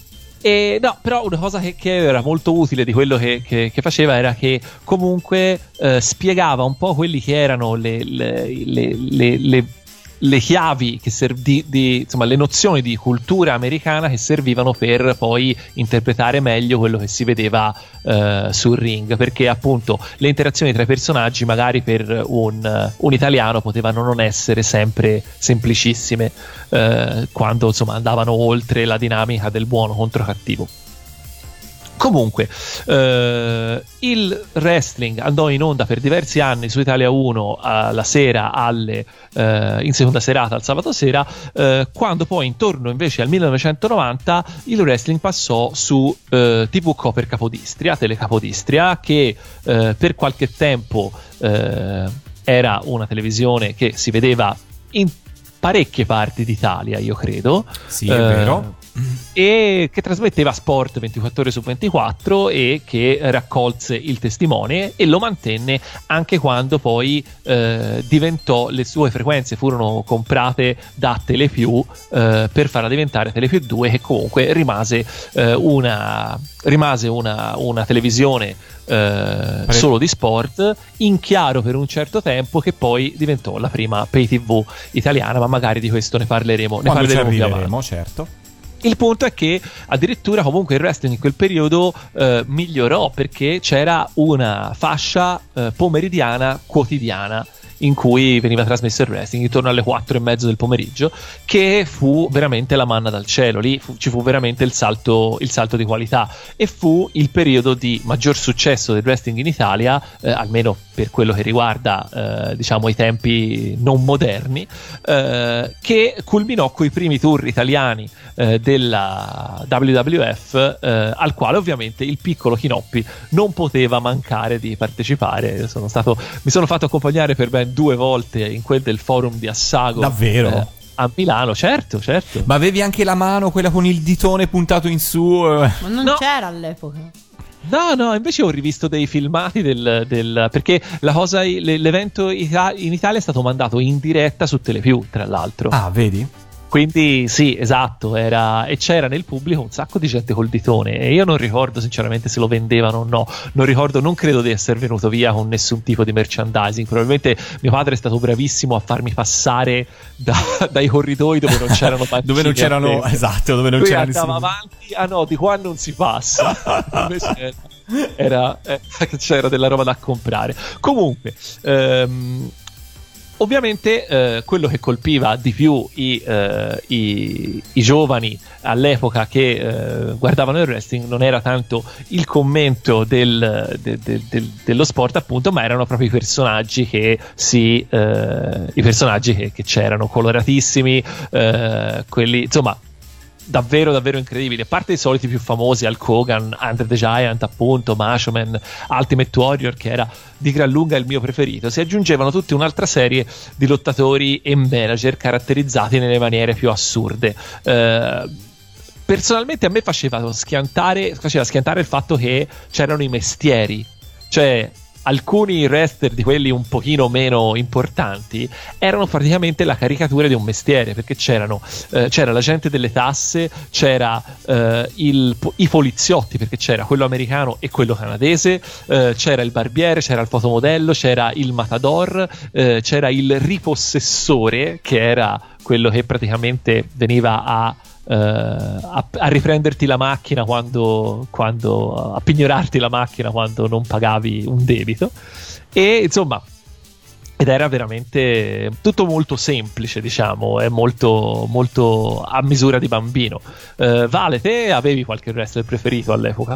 E no, però una cosa che, che era molto utile di quello che, che, che faceva era che comunque eh, spiegava un po' quelli che erano le, le, le, le, le, le chiavi che serv- di, di, insomma, le nozioni di cultura americana che servivano per poi interpretare meglio quello che si vedeva eh, sul ring, perché appunto le interazioni tra i personaggi magari per un, un italiano potevano non essere sempre semplicissime, eh, quando insomma andavano oltre la dinamica del buono contro cattivo. Comunque, eh, il wrestling andò in onda per diversi anni su Italia uno alla sera, alle, eh, in seconda serata al sabato sera, eh, quando poi intorno invece al millenovecentonovanta il wrestling passò su eh, T V Co per Capodistria, Telecapodistria, che eh, per qualche tempo eh, era una televisione che si vedeva in parecchie parti d'Italia, io credo. Sì, è Eh, vero. E che trasmetteva sport ventiquattro ore su ventiquattro e che raccolse il testimone e lo mantenne anche quando poi eh, diventò, le sue frequenze furono comprate da Telepiù eh, per farla diventare Telepiù due, che comunque rimase eh, una rimase una, una televisione eh, solo di sport, in chiaro per un certo tempo, che poi diventò la prima pay tv italiana, ma magari di questo ne parleremo, ne Quando ci parleremo più arriveremo, avanti. certo. Il punto è che addirittura comunque il wrestling in quel periodo eh, migliorò, perché c'era una fascia eh, pomeridiana quotidiana in cui veniva trasmesso il wrestling intorno alle quattro e mezzo del pomeriggio, che fu veramente la manna dal cielo. Lì fu, ci fu veramente il salto, il salto di qualità, e fu il periodo di maggior successo del wrestling in Italia, eh, almeno per quello che riguarda eh, diciamo i tempi non moderni, eh, che culminò con i primi tour italiani eh, della W W F, eh, al quale ovviamente il piccolo Chinoppi non poteva mancare di partecipare. Sono stato, mi sono fatto accompagnare per ben due volte in quel del forum di Assago. Davvero? eh, a Milano, certo, certo. Ma avevi anche la mano, quella con il ditone puntato in su? eh. Ma non No. c'era all'epoca. No, no, invece ho rivisto dei filmati del, del perché la cosa, l'evento in Italia è stato mandato in diretta su Telepiù, tra l'altro. Ah, vedi? Quindi sì, esatto, era, e c'era nel pubblico un sacco di gente col ditone e io non ricordo sinceramente se lo vendevano o no, non ricordo, non credo di essere venuto via con nessun tipo di merchandising. Probabilmente mio padre è stato bravissimo a farmi passare da, dai corridoi dove non c'erano dove non c'erano, esatto, dove non lui c'era andava nessuno. avanti, ah no, di qua non si passa. Invece era, era eh, c'era della roba da comprare. Comunque ehm, ovviamente eh, quello che colpiva di più i, eh, i, i giovani all'epoca che eh, guardavano il wrestling non era tanto il commento del, de, de, de, dello sport, appunto, ma erano proprio i personaggi che si eh, i personaggi che, che c'erano, coloratissimi, eh, quelli, insomma, davvero davvero incredibili, a parte i soliti più famosi, Hulk Hogan, Andre the Giant, appunto, Macho Man, Ultimate Warrior, che era di gran lunga il mio preferito. Si aggiungevano tutti un'altra serie di lottatori e manager caratterizzati nelle maniere più assurde. Eh, personalmente a me faceva schiantare faceva schiantare il fatto che c'erano i mestieri, cioè alcuni wrestler di quelli un pochino meno importanti erano praticamente la caricatura di un mestiere, perché c'erano eh, c'era la gente delle tasse, c'era eh, il, i poliziotti, perché c'era quello americano e quello canadese, eh, c'era il barbiere, c'era il fotomodello, c'era il matador, eh, c'era il ripossessore, che era quello che praticamente veniva a Uh, a, a riprenderti la macchina quando, quando a pignorarti la macchina quando non pagavi un debito, e insomma, ed era veramente tutto molto semplice, diciamo, è molto molto a misura di bambino. uh, Vale, te avevi qualche wrestler preferito all'epoca?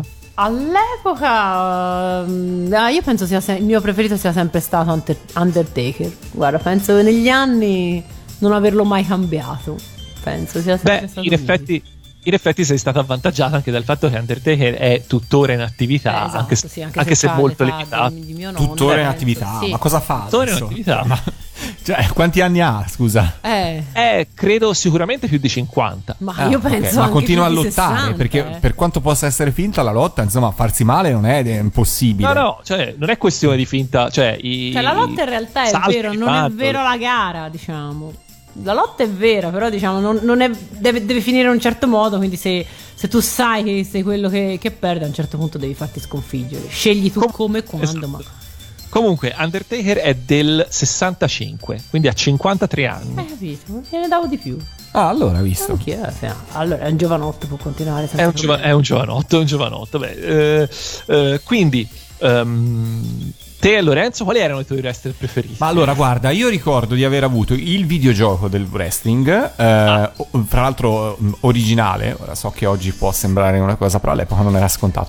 All'epoca uh, io penso sia se- il mio preferito sia sempre stato Under- Undertaker. Guarda, penso che negli anni non averlo mai cambiato. Penso sia sempre Beh, stato in effetti, in effetti sei stata avvantaggiata anche dal fatto che Undertaker è tuttora in attività, eh, esatto, anche, sì, anche, anche se, se molto l'età limitato. di, di mio nonno, Tuttora in penso, attività, sì. ma cosa fa? Tuttora in adesso? attività. Ma, cioè, quanti anni ha, scusa? Eh, Eh, credo sicuramente più di cinquanta. ma Ah, io ok, penso ma anche continua a più di lottare, sessanta, perché eh. per quanto possa essere finta la lotta, insomma, farsi male non è, è impossibile. No, no, cioè non è questione di finta, cioè, i, Cioè la lotta in realtà è salti vero, di non è fatto. vero la gara, diciamo. La lotta è vera, però diciamo non, non è, deve, deve finire in un certo modo, quindi se, se tu sai che sei quello che, che perde, a un certo punto devi farti sconfiggere. Scegli tu Com- come e quando, esatto. ma... Comunque Undertaker è del sessantacinque, quindi ha cinquantatré anni. Hai capito? Non te ne davo di più. Ah, allora, hai visto. Anch'io, eh, sì. Allora è un giovanotto, può continuare senza È un, giova- problemi. è un giovanotto, è un giovanotto. Beh, eh, eh, quindi ehm, te, Lorenzo, quali erano i tuoi wrestler preferiti? Ma allora, guarda, io ricordo di aver avuto il videogioco del wrestling, eh, Ah. o- fra l'altro mh, originale, ora so che oggi può sembrare una cosa, però all'epoca non era scontato,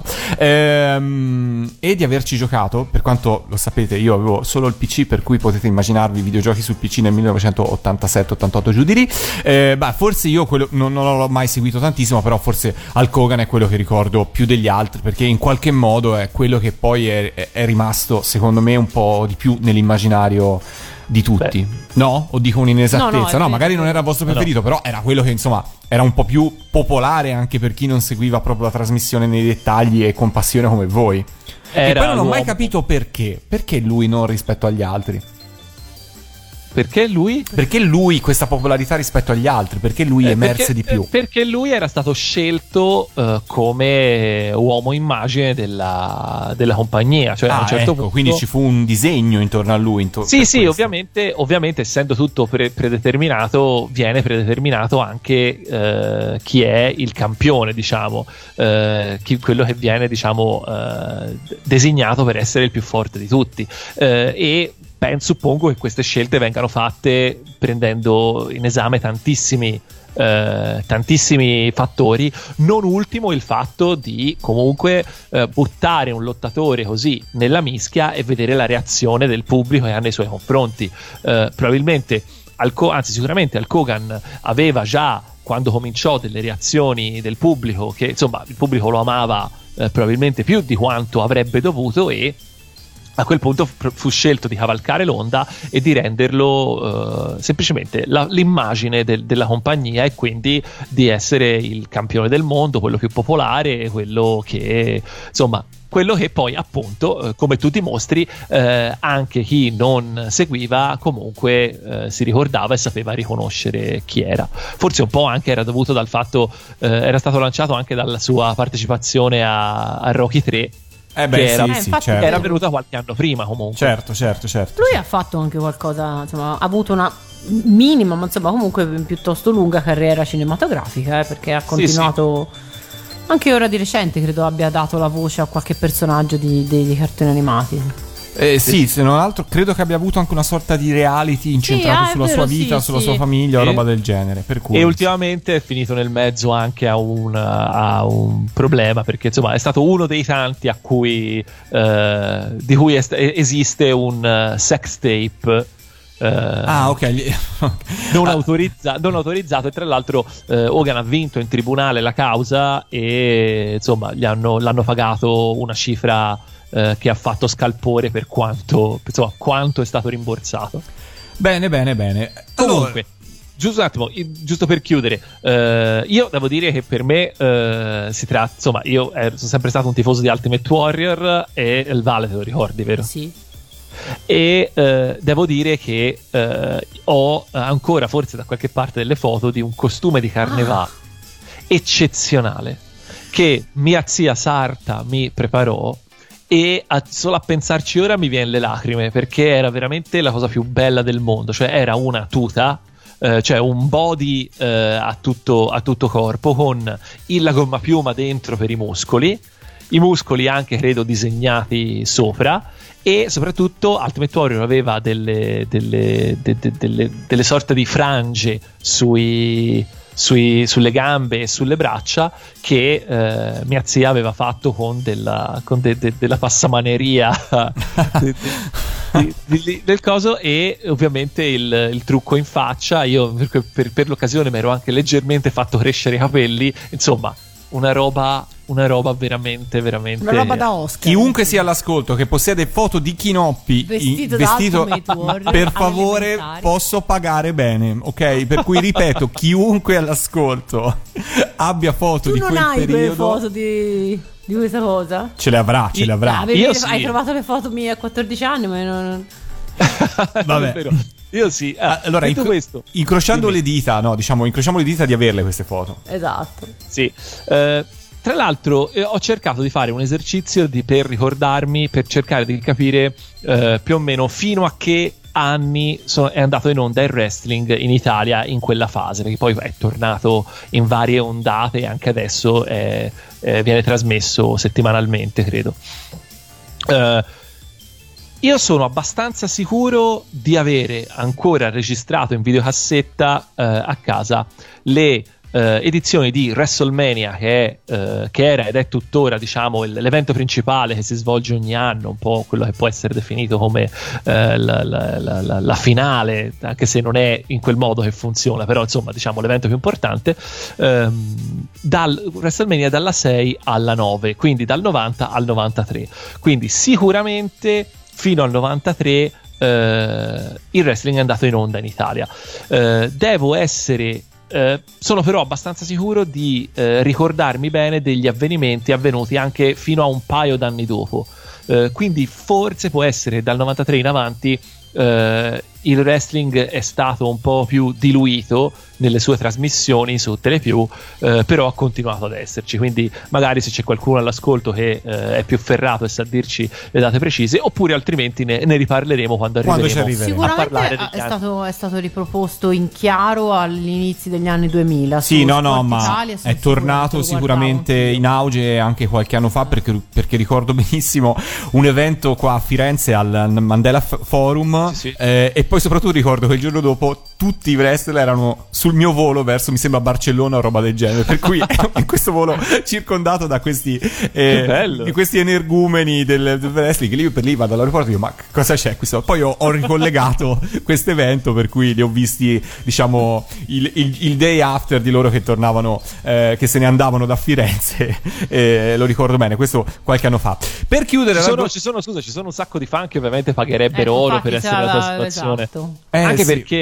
ehm, e di averci giocato, per quanto lo sapete, io avevo solo il P C, per cui potete immaginarvi i videogiochi sul P C nel millenovecentottantasette ottantotto, giù di lì. Eh, beh, forse io quello, non, non l'ho mai seguito tantissimo, però forse Hulk Hogan è quello che ricordo più degli altri, perché in qualche modo è quello che poi è, è, è rimasto, secondo me, un po' di più nell'immaginario di tutti. Beh. No? O dico un'inesattezza? No, No, no, è vero. magari non era il vostro No, no. preferito, però era quello che, insomma, era un po' più popolare anche per chi non seguiva proprio la trasmissione nei dettagli e con passione come voi. E Era poi non ho mai l'uomo. capito perché. Perché lui non rispetto agli altri? Perché lui? Perché lui questa popolarità rispetto agli altri? Perché lui Eh, emerse perché, di più? eh, Perché lui era stato scelto eh, come uomo immagine della, della compagnia. Cioè, a Ah, un certo ecco, punto... quindi ci fu un disegno intorno a lui. Intor- Sì, per sì, questo. ovviamente, ovviamente essendo tutto pre- predeterminato, viene predeterminato anche eh, chi è il campione, diciamo, eh, chi- quello che viene, diciamo, eh, designato per essere il più forte di tutti. Eh, e penso, suppongo che queste scelte vengano fatte prendendo in esame tantissimi eh, tantissimi fattori, non ultimo il fatto di comunque eh, buttare un lottatore così nella mischia e vedere la reazione del pubblico che ha nei suoi confronti. Eh, probabilmente Hulk, anzi sicuramente Hulk Hogan aveva già, quando cominciò, delle reazioni del pubblico che, insomma, il pubblico lo amava eh, probabilmente più di quanto avrebbe dovuto, e a quel punto fu- fu scelto di cavalcare l'onda e di renderlo eh, semplicemente la- l'immagine del- della compagnia, e quindi di essere il campione del mondo, quello più popolare, quello che, insomma, quello che poi appunto, eh, come tu dimostri, eh, anche chi non seguiva comunque eh, si ricordava e sapeva riconoscere chi era. Forse un po' anche era dovuto dal fatto, eh, era stato lanciato anche dalla sua partecipazione a, a Rocky tre. Eh beh, che era, sì, sì, infatti certo. era venuta qualche anno prima comunque. Certo, certo, certo. Lui ha fatto anche qualcosa, insomma, ha avuto una minima, ma insomma comunque piuttosto lunga carriera cinematografica, eh, perché ha continuato sì, sì. Anche ora di recente credo abbia dato la voce a qualche personaggio di, dei, dei cartoni animati. Eh, sì, se non altro credo che abbia avuto anche una sorta di reality incentrato sì, ah, sulla vero, sua vita, sì, sulla sì. sua famiglia o E, roba del genere. Per cui... e ultimamente è finito nel mezzo anche a un, a un problema, perché insomma è stato uno dei tanti a cui eh, di cui est- esiste un uh, sex tape. Uh, ah, ok. non, autorizza- non autorizzato, e tra l'altro eh, Hogan ha vinto in tribunale la causa e insomma gli hanno, l'hanno pagato una cifra eh, che ha fatto scalpore per quanto, insomma, quanto è stato rimborsato. Bene, bene, bene. Comunque, giusto un attimo, giusto per chiudere, eh, io devo dire che per me eh, si tratta, insomma, io ero, sono sempre stato un tifoso di Ultimate Warrior, e il Vale te lo ricordi, vero? Sì. E eh, devo dire che eh, ho ancora, forse da qualche parte, delle foto di un costume di carnevale ah. eccezionale che mia zia Sarta mi preparò, e a, solo a pensarci ora mi viene le lacrime, perché era veramente la cosa più bella del mondo. Cioè era una tuta, eh, cioè un body eh, a, tutto, a tutto corpo, con il la gomma piuma dentro per i muscoli, i muscoli anche credo disegnati sopra, e soprattutto Ultimate Warrior aveva delle, delle, de, de, delle, delle sorte di frange sui, sui, sulle gambe e sulle braccia che eh, mia zia aveva fatto con della, con de, de, della passamaneria de, de, di, di, del coso, e ovviamente il, il trucco in faccia. Io per, per, per l'occasione mi ero anche leggermente fatto crescere i capelli, insomma una roba una roba veramente veramente una roba da Oscar. Chiunque sia all'ascolto che possiede foto di Kinoppi vestito, in, vestito da Warrior, per favore posso pagare bene, ok? Per cui ripeto, chiunque all'ascolto abbia foto tu di non quel hai periodo, quelle foto di, di questa cosa? ce le avrà, ce le avrà. Avevi, io hai sì. trovato le foto mie a quattordici anni, ma non... Vabbè. Io sì. Eh, allora, inc- questo, incrociando dimmi. le dita, no, diciamo, incrociamo le dita di averle queste foto. Esatto. Sì. Eh, tra l'altro eh, ho cercato di fare un esercizio di, per ricordarmi, per cercare di capire eh, più o meno fino a che anni sono, è andato in onda il wrestling in Italia in quella fase, perché poi è tornato in varie ondate e anche adesso è, è, viene trasmesso settimanalmente, credo. Eh, Io sono abbastanza sicuro di avere ancora registrato in videocassetta eh, a casa le eh, edizioni di WrestleMania, che, è, eh, che era ed è tuttora, diciamo, il, l'evento principale che si svolge ogni anno, un po' quello che può essere definito come eh, la, la, la, la finale, anche se non è in quel modo che funziona, però insomma, diciamo, l'evento più importante, ehm, dal WrestleMania dalla sei alla nove, quindi dal novanta al novantatré. Quindi sicuramente fino al novantatré eh, il wrestling è andato in onda in Italia. Eh, devo essere, eh, sono però abbastanza sicuro di eh, ricordarmi bene degli avvenimenti avvenuti anche fino a un paio d'anni dopo. Eh, quindi forse può essere dal novantatré in avanti eh, il wrestling è stato un po' più diluito nelle sue trasmissioni su Telepiù, eh, però ha continuato ad esserci, quindi magari se c'è qualcuno all'ascolto che eh, è più ferrato e sa dirci le date precise, oppure altrimenti ne, ne riparleremo quando arriveremo, quando ci arriveremo. a parlare Sicuramente degli è stato, è stato riproposto in chiaro all'inizio degli anni duemila. Sì, su no, no, Sport ma Italia, è tornato sicuramente in auge anche qualche anno fa, perché, perché ricordo benissimo un evento qua a Firenze al Mandela Forum, sì, sì. Eh, e poi soprattutto ricordo che il giorno dopo tutti i wrestler erano sul mio volo verso, mi sembra, Barcellona o roba del genere, per cui in questo volo circondato da questi eh, di questi energumeni del, del wrestling, che lì per lì vado all'aeroporto e dico, ma cosa c'è questo? Poi ho, ho ricollegato questo evento, per cui li ho visti, diciamo, il, il, il day after di loro che tornavano, eh, che se ne andavano da Firenze, eh, lo ricordo bene, questo qualche anno fa. Per chiudere, ci sono, la... ci sono scusa ci sono un sacco di fan che ovviamente pagherebbero Ecco, oro per essere nella tua situazione, esatto. Eh, anche sì. perché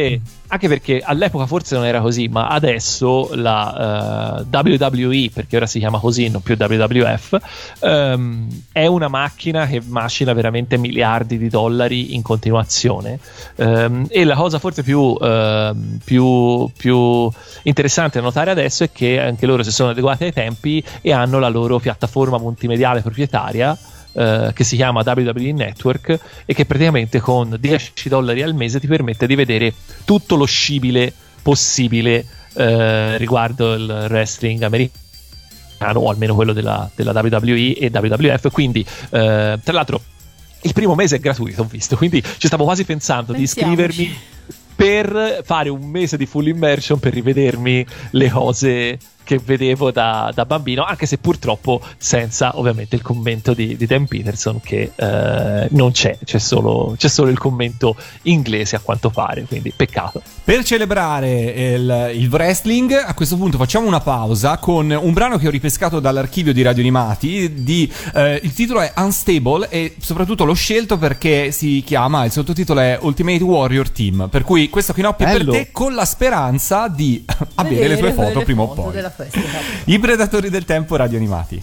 anche perché all'epoca forse non era così, ma adesso la uh, W W E, perché ora si chiama così, non più W W F, um, è una macchina che macina veramente miliardi di dollari in continuazione, um, e la cosa forse più, uh, più, più interessante da notare adesso è che anche loro si sono adeguati ai tempi e hanno la loro piattaforma multimediale proprietaria, Uh, che si chiama W W E Network, e che praticamente con dieci dollari al mese ti permette di vedere tutto lo scibile possibile uh, riguardo il wrestling americano, o almeno quello della, della W W E e W W F. Quindi uh, tra l'altro il primo mese è gratuito, ho visto, quindi ci stavo quasi pensando Pensiamoci. di iscrivermi per fare un mese di full immersion per rivedermi le cose che vedevo da, da bambino, anche se purtroppo senza ovviamente il commento di, di Dan Peterson, che eh, non c'è, c'è solo, c'è solo il commento inglese a quanto pare, quindi peccato. Per celebrare il, il wrestling, a questo punto facciamo una pausa con un brano che ho ripescato dall'archivio di Radio Animati. Di, eh, il titolo è Unstable, e soprattutto l'ho scelto perché si chiama, il sottotitolo è Ultimate Warrior Team. Per cui questo Kinoppi è per te, con la speranza di avere le tue foto le prima o foto poi. della festival. I Predatori del Tempo Radio Animati.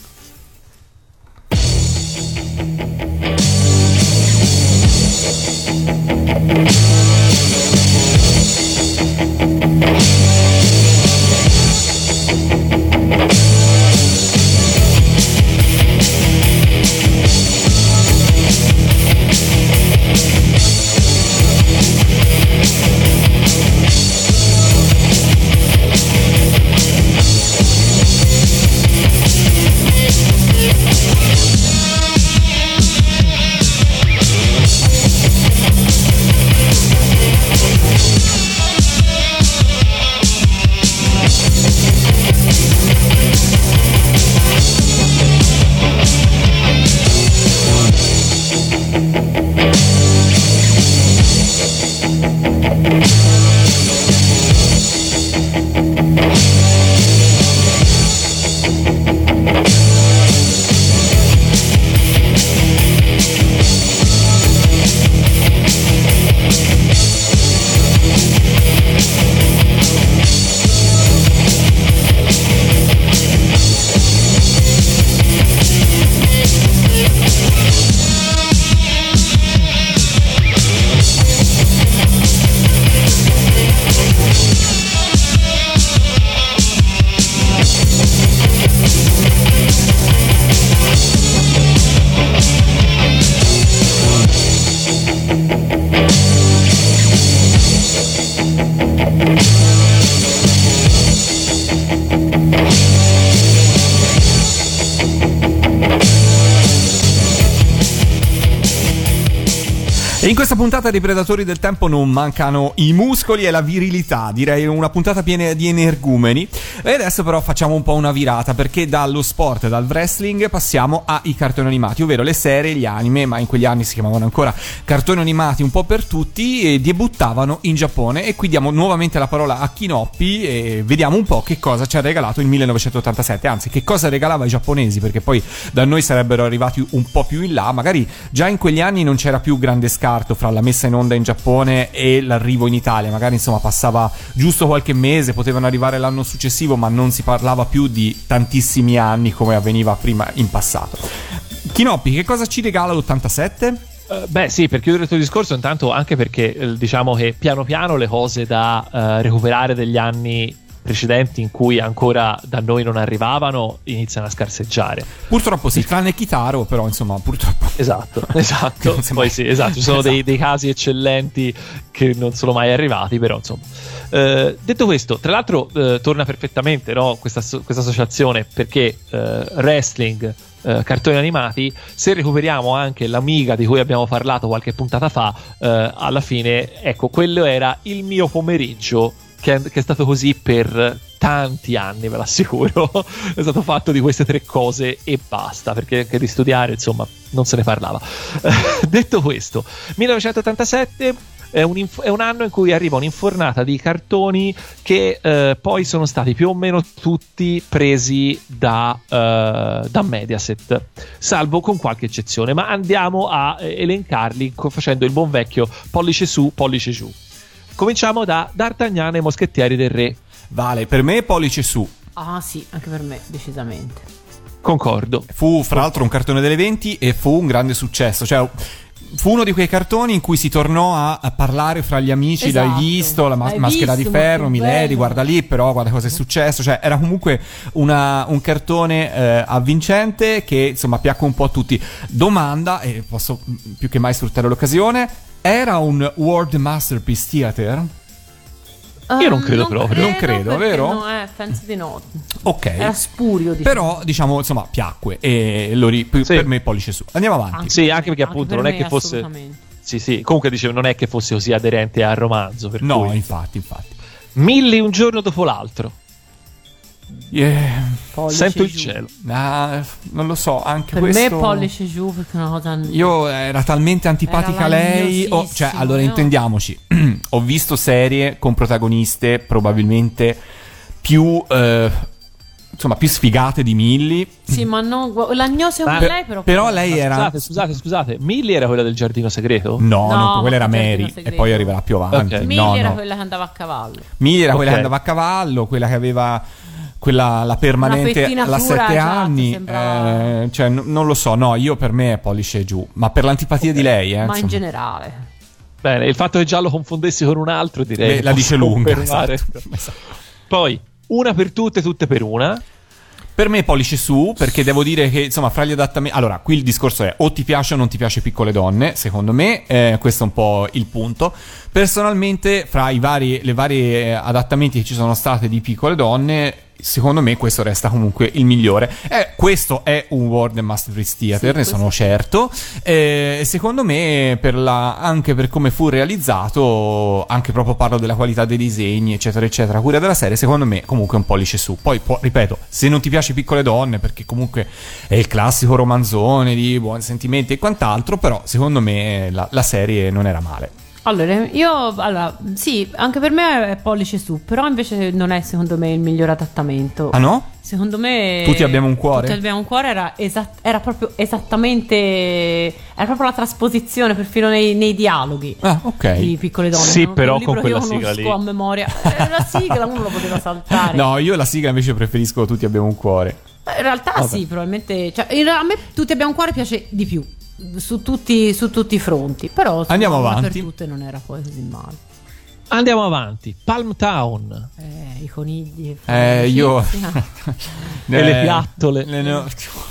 E in questa puntata dei Predatori del Tempo non mancano i muscoli e la virilità, direi una puntata piena di energumeni. E adesso però facciamo un po' una virata, perché dallo sport, dal wrestling, passiamo ai cartoni animati, ovvero le serie, gli anime, ma in quegli anni si chiamavano ancora cartoni animati un po' per tutti, e debuttavano in Giappone. E qui diamo nuovamente la parola a Kinoppi e vediamo un po' che cosa ci ha regalato il millenovecentottantasette, anzi che cosa regalava ai giapponesi, perché poi da noi sarebbero arrivati un po' più in là. Magari già in quegli anni non c'era più grande scarto fra la messa in onda in Giappone e l'arrivo in Italia, magari insomma passava giusto qualche mese, potevano arrivare l'anno successivo, ma non si parlava più di tantissimi anni come avveniva prima in passato. Kinoppi, che cosa ci regala l'ottantasette? Uh, beh sì, per chiudere il tuo discorso, intanto anche perché eh, diciamo che piano piano le cose da uh, recuperare degli anni precedenti in cui ancora da noi non arrivavano iniziano a scarseggiare. Purtroppo sì, tranne Kitaro, però insomma purtroppo. Esatto, esatto. Poi sì, esatto, ci sono esatto. Dei, dei casi eccellenti che non sono mai arrivati, però insomma. Uh, detto questo, tra l'altro uh, torna perfettamente, no, questa, questa associazione, perché uh, wrestling, uh, cartoni animati, se recuperiamo anche l'Amiga di cui abbiamo parlato qualche puntata fa, uh, alla fine, ecco, quello era il mio pomeriggio, che è, che è stato così per tanti anni, ve l'assicuro. È stato fatto di queste tre cose e basta, perché anche di studiare insomma non se ne parlava. Detto questo, millenovecentottantasette è un, inf- è un anno in cui arriva un'infornata di cartoni che eh, poi sono stati più o meno tutti presi da, uh, da Mediaset, salvo con qualche eccezione, ma andiamo a eh, elencarli co- facendo il buon vecchio pollice su, pollice giù. Cominciamo da D'Artagnan e i Moschettieri del Re. Vale, per me pollice su. Ah sì, anche per me, decisamente. Concordo. Fu fra l'altro un cartone delle venti e fu un grande successo, cioè fu uno di quei cartoni in cui si tornò a, a parlare fra gli amici. Esatto. L'hai visto, la mas- L'hai maschera visto, di ferro, molto Milady, bello. guarda lì, però guarda cosa è successo, cioè era comunque una, un cartone eh, avvincente che insomma piacque un po' a tutti. Domanda, e posso più che mai sfruttare l'occasione, era un World Masterpiece Theater? Io non credo proprio. Non credo, perché vero? No, eh, penso di no. Ok. Era spurio, diciamo. Però diciamo insomma piacque e lo ri- per Sì. me pollice su. Andiamo avanti. Anche Sì, per anche me, perché appunto per non è me che fosse... assolutamente. Sì, sì. Comunque dicevo, non è che fosse così aderente al romanzo. Per No, cui... infatti, infatti. Mille un giorno dopo l'altro. Yeah. Pollice Sento il giù. cielo. Ah, non lo so, anche Per questo. me pollice giù perché è una cosa. Io era talmente antipatica Era lei. Oh, cioè, lagnosissimo, allora no? intendiamoci. Ho visto serie con protagoniste probabilmente più. Eh, insomma, più sfigate di Millie. Sì, ma no, gu- l'agnosi con Ma- lei però. Però lei Ma era. Scusate, scusate, scusate. Millie era quella del giardino segreto? No, No, no, quella era ma che Mary. giardino E segreto. poi arriverà più avanti. Ok. Millie No, era no. quella che andava a cavallo. Millie era quella Ok. che andava a cavallo, quella che aveva quella la permanente Una pettinatura, alla sette esatto, anni. sembrava- eh, cioè, n- non lo so, no, io per me è pollice giù. Ma per l'antipatia di lei, eh. Ma in insomma. generale. Bene, il fatto che già lo confondessi con un altro direi Beh, che la dice posso lunga. confermare. Esatto, esatto. Poi, una per tutte, tutte per una. Per me pollice su, perché devo dire che insomma fra gli adattamenti, allora qui il discorso è o ti piace o non ti piace Piccole Donne, secondo me eh, questo è un po' il punto. Personalmente fra i vari, le varie eh, adattamenti che ci sono state di Piccole Donne, secondo me questo resta comunque il migliore. Eh, questo è un World Masterpiece Theater, Sì, ne questo- sono certo. E secondo me per la, anche per come fu realizzato, anche proprio parlo della qualità dei disegni eccetera eccetera, cura della serie, secondo me comunque un pollice su. Poi può- ripeto, se non ti piace Piccole Donne, perché comunque è il classico romanzone di buoni sentimenti e quant'altro, però secondo me la, la serie non era male. Allora, io allora, sì, anche per me è pollice su, però invece non è secondo me il miglior adattamento. Ah no? Secondo me Tutti abbiamo un cuore? Tutti abbiamo un cuore era, esat- era proprio esattamente era proprio la trasposizione perfino nei, nei dialoghi Ah, ok. di Piccole Donne. Sì, no? però Un libro con che io quella sigla conosco lì. a memoria. Eh, la sigla uno lo poteva saltare. No, io la sigla invece preferisco Tutti abbiamo un cuore. In realtà sì, probabilmente cioè, in- a me Tutti abbiamo un cuore piace di più su tutti, su tutti i fronti, però Andiamo insomma, avanti. per tutte non era poi così male. Andiamo avanti. Palm Town. Eh, i conigli. Eh, io E le piattole. le- no.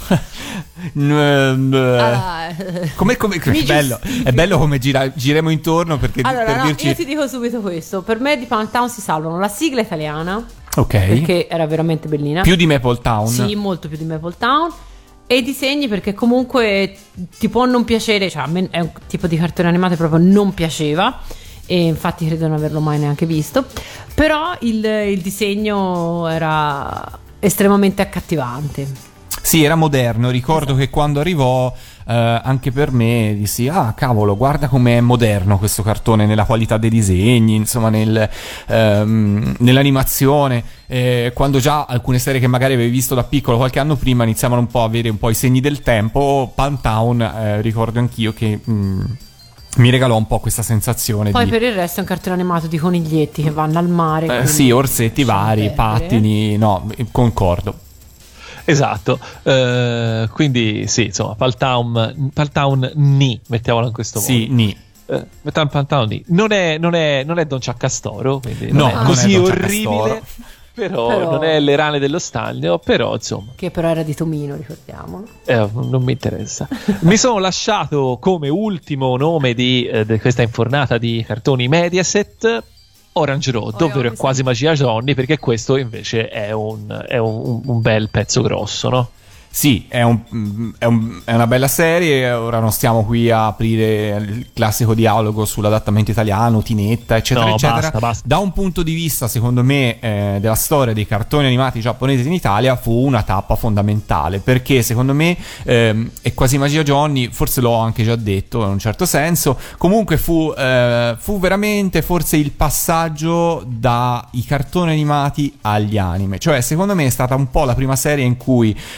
Mm, eh, Ah, eh. come, come, è Mi bello, giustifico. è bello come gira, giremo intorno perché Allora, per no, dirci io ti dico subito questo. Per me di Palm Town si salvano la sigla italiana, ok, perché era veramente bellina. più di Maple Town. Sì, molto più di Maple Town. E i disegni perché comunque ti può non piacere, cioè a me è un tipo di cartone animato che proprio non piaceva e infatti credo non averlo mai neanche visto, però il, il disegno era estremamente accattivante. Sì, era moderno. Ricordo che quando arrivò, eh, anche per me, dissi: ah, cavolo, guarda com'è moderno questo cartone nella qualità dei disegni, insomma, nel, ehm, nell'animazione. Eh, quando già alcune serie che magari avevi visto da piccolo qualche anno prima iniziavano un po' a avere un po' i segni del tempo, Palm Town, eh, ricordo anch'io che mm, mi regalò un po' questa sensazione Poi di. per il resto è un cartone animato di coniglietti che vanno al mare. Eh, quindi sì, orsetti lasciamo vari, perdere. pattini, no, concordo. Esatto. Eh, quindi sì, insomma, Palm Town, Palm Town ni, mettiamolo in questo Sì, modo. ni. Eh, mettiamo Palm Town ni. Non è, non è, non è Don Ciaccastoro, quindi non No, è non è così Don orribile. Però, Però- non è le rane dello stagno, però insomma, Che però era di Tomino, ricordiamolo. eh, non mi interessa. Mi sono lasciato come ultimo nome di, eh, di questa infornata di cartoni Mediaset Orange Road, Oh, ovvero io- Quasi Magia Johnny, perché questo invece è un, è un, un bel pezzo grosso, no? Sì, è, un, è, un- è una bella serie. Ora non stiamo qui a aprire il classico dialogo sull'adattamento italiano, Tinetta, eccetera, No, eccetera. basta, basta. Da un punto di vista, secondo me, eh, della storia dei cartoni animati giapponesi in Italia, fu una tappa fondamentale. Perché, secondo me, ehm, è Quasi Magia Johnny, forse l'ho anche già detto in un certo senso. Comunque, fu, eh, fu veramente forse il passaggio dai cartoni animati agli anime. Cioè, secondo me, è stata un po' la prima serie in cui. Eh,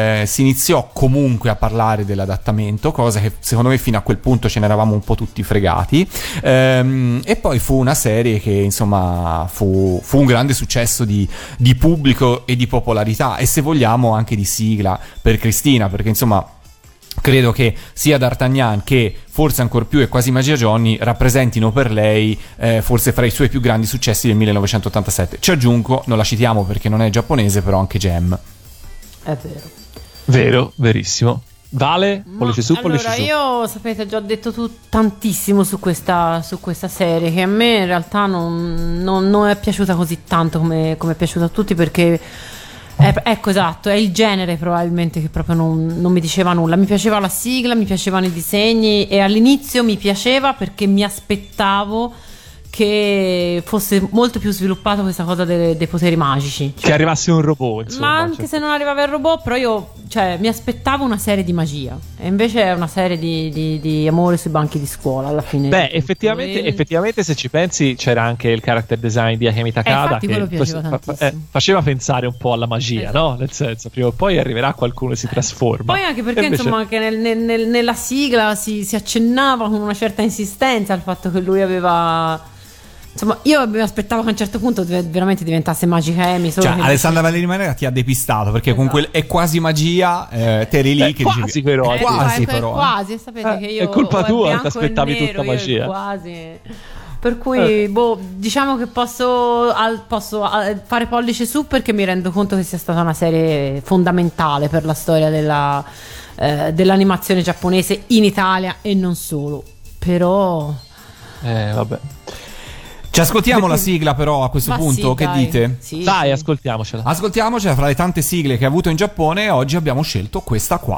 eh, si iniziò comunque a parlare dell'adattamento, cosa che secondo me fino a quel punto ce ne eravamo un po' tutti fregati, ehm, e poi fu una serie che insomma fu, fu un grande successo di, di pubblico e di popolarità, e se vogliamo anche di sigla per Cristina, perché insomma credo che sia D'Artagnan che forse ancor più e Quasi Magia Johnny rappresentino per lei eh, forse fra i suoi più grandi successi del millenovecentottantasette. Ci aggiungo, non la citiamo perché non è giapponese, però anche Gem. È vero. Vero, verissimo. Vale, pollice su, pollice allora, su. io sapete, già ho detto tu tantissimo su questa, su questa serie, che a me in realtà non, non, non è piaciuta così tanto come, come è piaciuta a tutti, perché è, ecco, esatto, è il genere probabilmente che proprio non, non mi diceva nulla. Mi piaceva la sigla, mi piacevano i disegni, e all'inizio mi piaceva perché mi aspettavo che fosse molto più sviluppato questa cosa dei, dei poteri magici, cioè, che arrivasse un robot, insomma, ma anche cioè. se non arrivava il robot, però io, cioè, mi aspettavo una serie di magia, e invece è una serie di, di, di amore sui banchi di scuola alla fine. Beh, effettivamente, e... effettivamente se ci pensi c'era anche il character design di Akemi Takada, eh, che fa- fa- eh, faceva pensare un po' alla magia, esatto. No? Nel senso, prima o poi arriverà qualcuno e si trasforma. Poi anche perché invece... insomma anche nel, nel, nel, nella sigla si, si accennava con una certa insistenza al fatto che lui aveva... Insomma, io mi aspettavo che a un certo punto veramente diventasse Magica Amy. Cioè, Alessandra Valeri Manera ti ha depistato, perché esatto. con quel è quasi magia, eh, te eri lì Beh, che quasi dicevi, però, è eh, quasi è, però. È quasi, sapete eh, che io è colpa tua, ti aspettavi tutta magia. Quasi. Per cui, eh. boh, diciamo che posso, al, posso fare pollice su, perché mi rendo conto che sia stata una serie fondamentale per la storia della, eh, dell'animazione giapponese in Italia e non solo. Però... Eh, vabbè. Ci ascoltiamo la sigla però a questo Ma punto, sì, che dai. dite? Sì, Dai, sì. ascoltiamocela. Ascoltiamocela, fra le tante sigle che ha avuto in Giappone, oggi abbiamo scelto questa qua.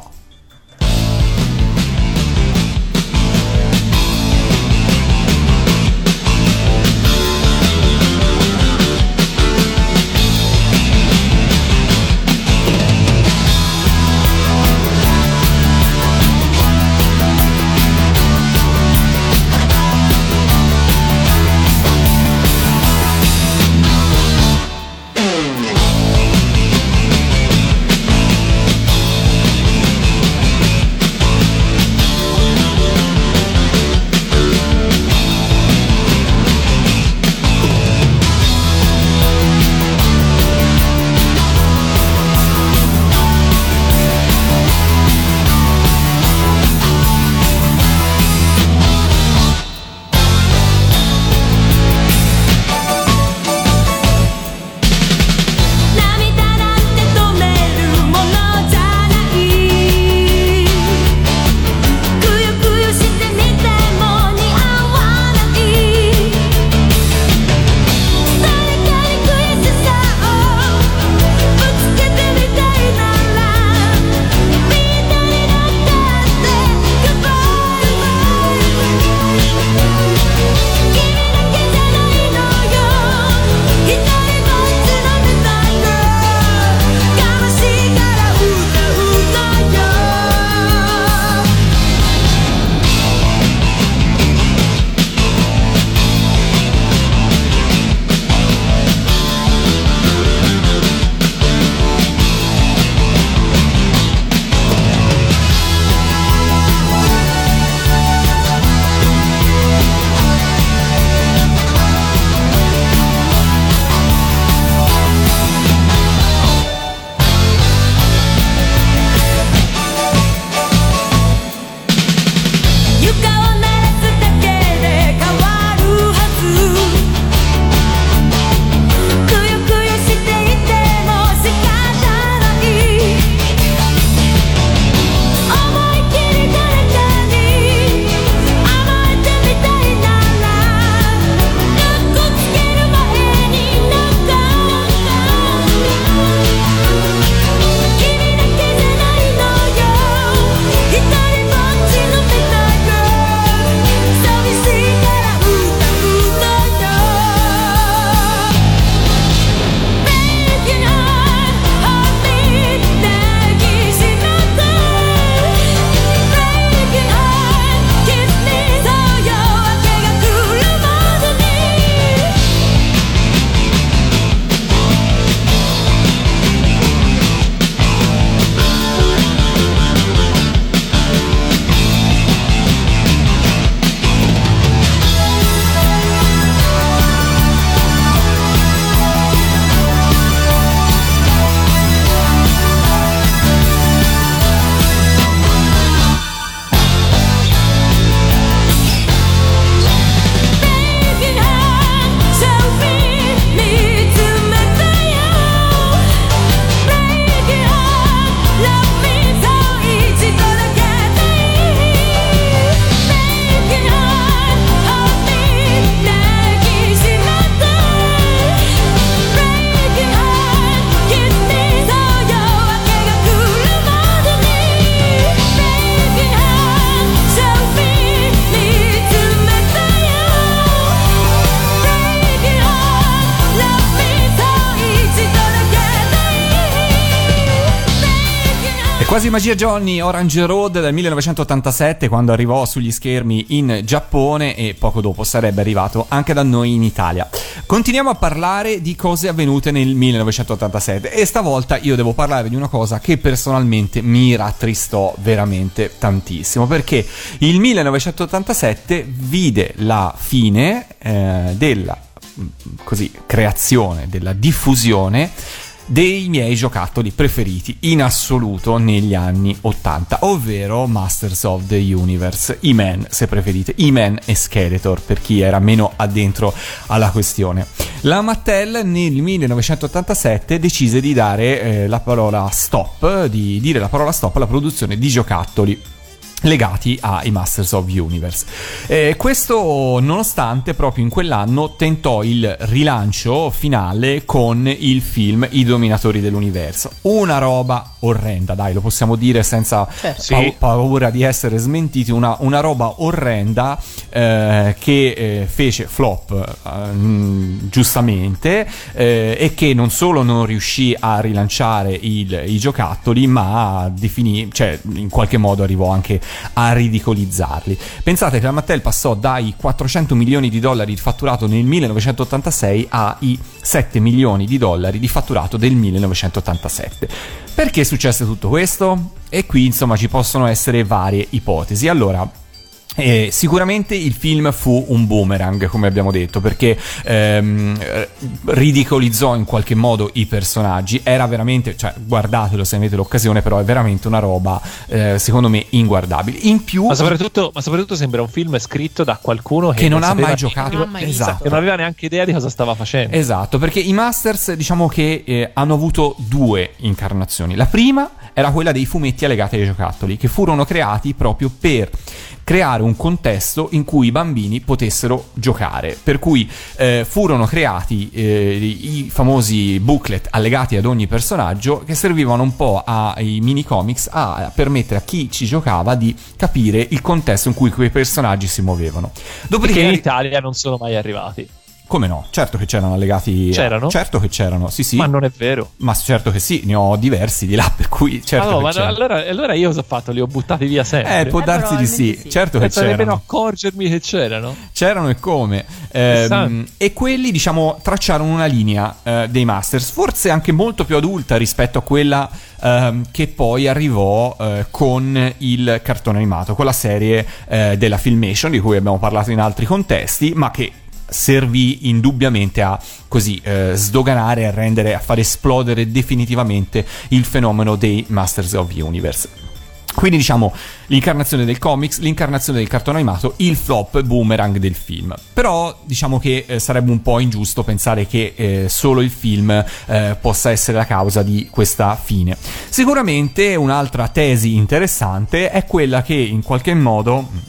Quasi Magia Johnny, Orange Road del millenovecentottantasette, quando arrivò sugli schermi in Giappone e poco dopo sarebbe arrivato anche da noi in Italia. Continuiamo a parlare di cose avvenute nel millenovecentottantasette e stavolta io devo parlare di una cosa che personalmente mi rattristò veramente tantissimo, perché il millenovecentottantasette vide la fine eh, della così creazione, della diffusione dei miei giocattoli preferiti in assoluto negli anni ottanta, ovvero Masters of the Universe, He-Man se preferite, He-Man e Skeletor per chi era meno addentro alla questione. La Mattel nel millenovecentottantasette decise di dare eh, la parola stop, di dire la parola stop alla produzione di giocattoli legati ai Masters of Universe. Eh, questo nonostante proprio in quell'anno tentò il rilancio finale con il film I Dominatori dell'Universo. Una roba orrenda, dai, lo possiamo dire senza certo. pa- sì. paura di essere smentiti, una, una roba orrenda eh, che eh, fece flop eh, giustamente eh, e che non solo non riuscì a rilanciare il, i giocattoli, ma definì, cioè in qualche modo arrivò anche a ridicolizzarli. Pensate che la Mattel passò dai quattrocento milioni di dollari di fatturato nel millenovecentottantasei ai sette milioni di dollari di fatturato del millenovecentottantasette. Perché successe tutto questo? E qui insomma ci possono essere varie ipotesi. Allora, Eh, sicuramente il film fu un boomerang, come abbiamo detto, perché ehm, ridicolizzò in qualche modo i personaggi. Era veramente, cioè guardatelo se avete l'occasione, però è veramente una roba eh, secondo me inguardabile. In più, ma soprattutto, ma soprattutto sembra un film scritto da qualcuno che, che non, non ha mai giocato, non ha mai esatto, che non aveva neanche idea di cosa stava facendo. Esatto, perché i Masters diciamo che eh, hanno avuto due incarnazioni. La prima era quella dei fumetti allegati ai giocattoli, che furono creati proprio per creare un contesto in cui i bambini potessero giocare, per cui eh, furono creati eh, i famosi booklet allegati ad ogni personaggio, che servivano un po' ai mini comics a permettere a chi ci giocava di capire il contesto in cui quei personaggi si muovevano. Dopodiché in Italia non sono mai arrivati. Come no? Certo che c'erano allegati. C'erano? Certo che c'erano, sì sì. Ma non è vero. Ma certo che sì, ne ho diversi di là, per cui certo ah, no, che ma c'erano. allora, allora io cosa ho fatto? Li ho buttati via sempre. Eh, può eh, darsi di sì. sì, certo che senza c'erano. nemmeno accorgermi che c'erano. C'erano e come. Eh, e quelli, diciamo, tracciarono una linea eh, dei Masters, forse anche molto più adulta rispetto a quella eh, che poi arrivò eh, con il cartone animato, con la serie eh, della Filmation, di cui abbiamo parlato in altri contesti, ma che servì indubbiamente a così eh, sdoganare, a rendere, a far esplodere definitivamente il fenomeno dei Masters of Universe. Quindi diciamo l'incarnazione del comics, l'incarnazione del cartone animato, il flop boomerang del film. Però diciamo che eh, sarebbe un po' ingiusto pensare che eh, solo il film eh, possa essere la causa di questa fine. Sicuramente un'altra tesi interessante è quella che in qualche modo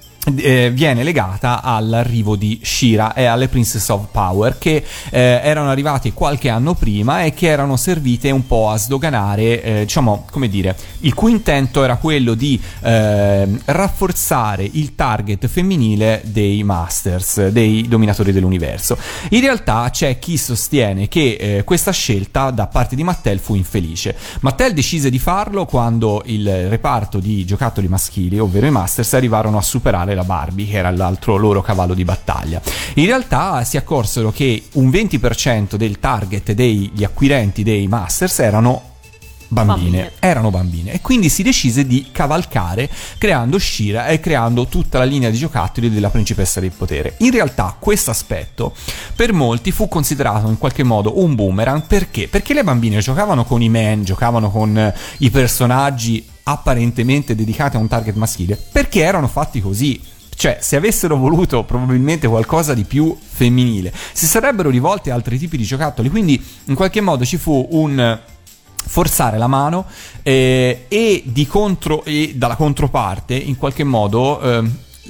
Eh, viene legata all'arrivo di She-Ra e alle Princess of Power, che eh, erano arrivati qualche anno prima e che erano servite un po' a sdoganare, eh, diciamo, come dire, il cui intento era quello di eh, rafforzare il target femminile dei Masters, dei Dominatori dell'Universo. In realtà c'è chi sostiene che eh, questa scelta da parte di Mattel fu infelice. Mattel decise di farlo quando il reparto di giocattoli maschili, ovvero i Masters, arrivarono a superare la Barbie, che era l'altro loro cavallo di battaglia. In realtà si accorsero che un venti per cento del target degli acquirenti dei Masters erano bambine, bambine, erano bambine, e quindi si decise di cavalcare creando She-Ra e creando tutta la linea di giocattoli della Principessa del Potere. In realtà questo aspetto per molti fu considerato in qualche modo un boomerang. Perché? Perché le bambine giocavano con i man, giocavano con i personaggi apparentemente dedicati a un target maschile perché erano fatti così. Cioè, se avessero voluto probabilmente qualcosa di più femminile, si sarebbero rivolti a altri tipi di giocattoli. Quindi in qualche modo ci fu un forzare la mano eh, e di contro e dalla controparte in qualche modo eh,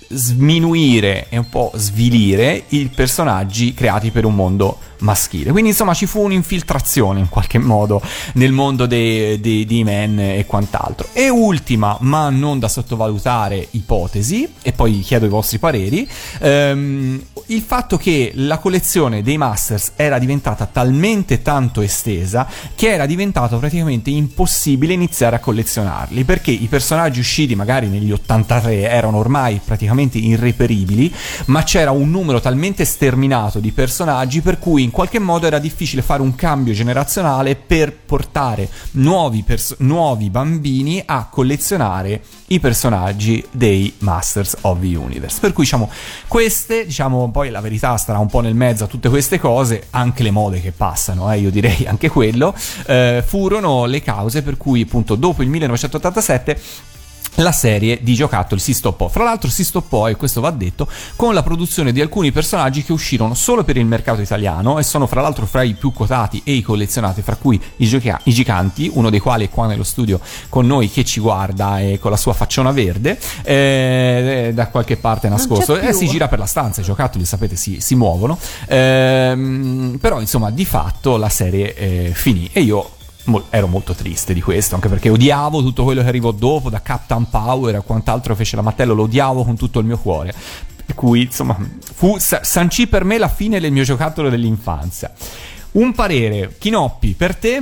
sminuire e un po' svilire i personaggi creati per un mondo maschile. Quindi insomma ci fu un'infiltrazione in qualche modo nel mondo dei, dei, dei men e quant'altro. E ultima ma non da sottovalutare ipotesi, e poi chiedo i vostri pareri, ehm, il fatto che la collezione dei Masters era diventata talmente tanto estesa che era diventato praticamente impossibile iniziare a collezionarli, perché i personaggi usciti magari negli ottantatré erano ormai praticamente irreperibili, ma c'era un numero talmente sterminato di personaggi per cui in qualche modo era difficile fare un cambio generazionale per portare nuovi, pers- nuovi bambini a collezionare i personaggi dei Masters of the Universe. Per cui diciamo queste, diciamo, poi la verità starà un po' nel mezzo a tutte queste cose, anche le mode che passano, eh, io direi anche quello, eh, furono le cause per cui appunto dopo il millenovecentottantasette la serie di giocattoli si stoppò. Fra l'altro si stoppò, e questo va detto, con la produzione di alcuni personaggi che uscirono solo per il mercato italiano e sono fra l'altro fra i più quotati e i collezionati, fra cui i, gioca- i giganti, uno dei quali è qua nello studio con noi che ci guarda e con la sua facciona verde, eh, da qualche parte nascosto, e eh, si gira per la stanza. I giocattoli, sapete, si, si muovono, eh, però insomma di fatto la serie eh, finì e io ero molto triste di questo, anche perché odiavo tutto quello che arrivò dopo, da Captain Power a quant'altro fece la Mattello, lo odiavo con tutto il mio cuore, per cui insomma fu, sancì per me la fine del mio giocattolo dell'infanzia. Un parere, Chinoppi, per te?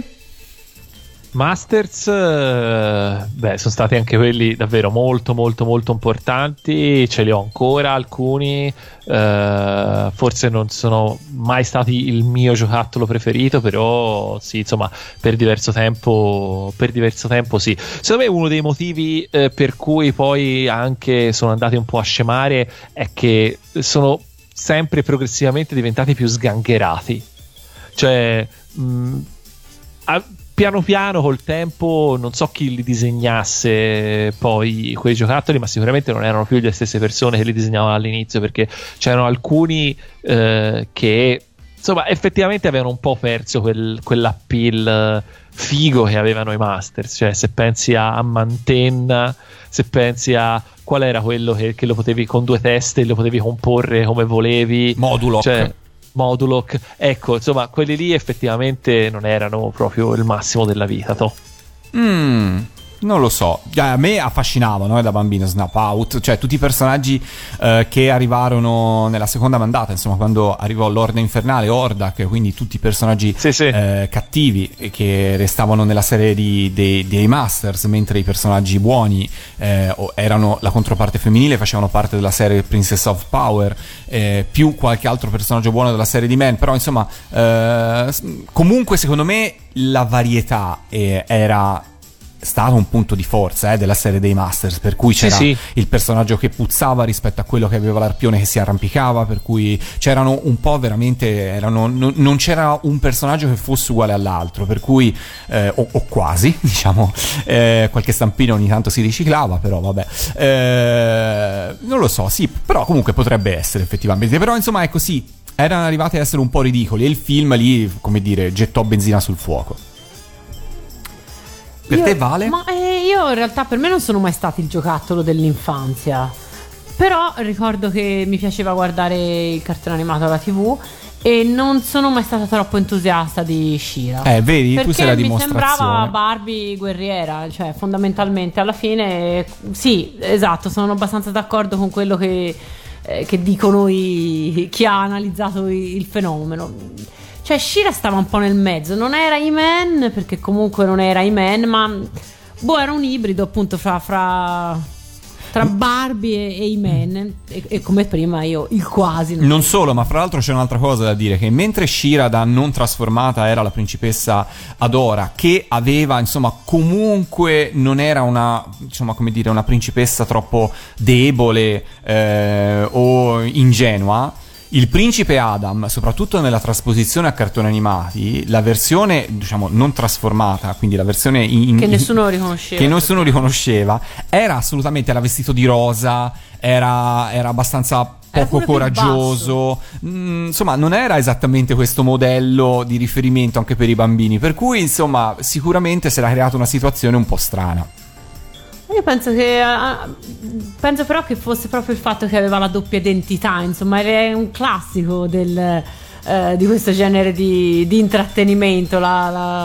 Masters, eh, beh, sono stati anche quelli davvero molto molto molto importanti, ce li ho ancora alcuni, eh, forse non sono mai stati il mio giocattolo preferito, però sì, insomma, per diverso tempo per diverso tempo sì. Secondo me uno dei motivi eh, per cui poi anche sono andati un po' a scemare è che sono sempre progressivamente diventati più sgangherati, cioè mh, a, piano piano col tempo, non so chi li disegnasse poi quei giocattoli, ma sicuramente non erano più le stesse persone che li disegnavano all'inizio, perché c'erano alcuni eh, che insomma effettivamente avevano un po' perso quel, quell'appeal figo che avevano i Masters. Cioè se pensi a, a Mantenna, se pensi a qual era quello che, che lo potevi con due teste, lo potevi comporre come volevi, Moduloc, cioè Moduloc, ecco, insomma, quelli lì effettivamente non erano proprio il massimo della vita, to. Mm, non lo so, a me affascinavano eh, da bambino Snap Out, cioè tutti i personaggi eh, che arrivarono nella seconda mandata, insomma quando arrivò l'Orda Infernale, Hordak, quindi tutti i personaggi sì, sì. Eh, cattivi che restavano nella serie di, dei, dei Masters, mentre i personaggi buoni eh, erano la controparte femminile, facevano parte della serie Princess of Power, eh, più qualche altro personaggio buono della serie di Men, però insomma eh, comunque secondo me la varietà eh, era stato un punto di forza eh, della serie dei Masters, per cui c'era sì, sì. il personaggio che puzzava rispetto a quello che aveva l'arpione che si arrampicava, per cui c'erano un po' veramente erano, non, non c'era un personaggio che fosse uguale all'altro, per cui eh, o, o quasi diciamo eh, qualche stampino ogni tanto si riciclava, però vabbè eh, non lo so, sì, però comunque potrebbe essere effettivamente, però insomma ecco, sì, erano arrivati a essere un po' ridicoli e il film lì, come dire, gettò benzina sul fuoco. Per io, te vale? Ma eh, io in realtà per me non sono mai stato il giocattolo dell'infanzia, però ricordo che mi piaceva guardare il cartone animato alla tivù e non sono mai stata troppo entusiasta di She-Ra. Eh, vedi, tu sei la dimostrazione. Mi sembrava Barbie guerriera, cioè fondamentalmente alla fine sì, esatto, sono abbastanza d'accordo con quello che, eh, che dicono i, chi ha analizzato il fenomeno. Cioè She-Ra stava un po' nel mezzo, non era He-Man, perché comunque non era He-Man, ma boh, era un ibrido appunto fra, fra, tra Barbie e, e He-Man, e, e come prima io il quasi non, non solo, ma fra l'altro c'è un'altra cosa da dire, che mentre She-Ra da non trasformata era la principessa Adora, che aveva insomma comunque non era una, insomma come dire, una principessa troppo debole eh, o ingenua, il principe Adam, soprattutto nella trasposizione a cartoni animati, la versione diciamo non trasformata, quindi la versione in, che nessuno riconosceva, che nessuno riconosceva, era assolutamente, era vestito di rosa, era, era abbastanza poco coraggioso, mm, insomma non era esattamente questo modello di riferimento anche per i bambini, per cui insomma sicuramente si era creata una situazione un po' strana. Io penso che uh, penso però che fosse proprio il fatto che aveva la doppia identità, insomma è un classico del, uh, di questo genere di, di intrattenimento, la, la,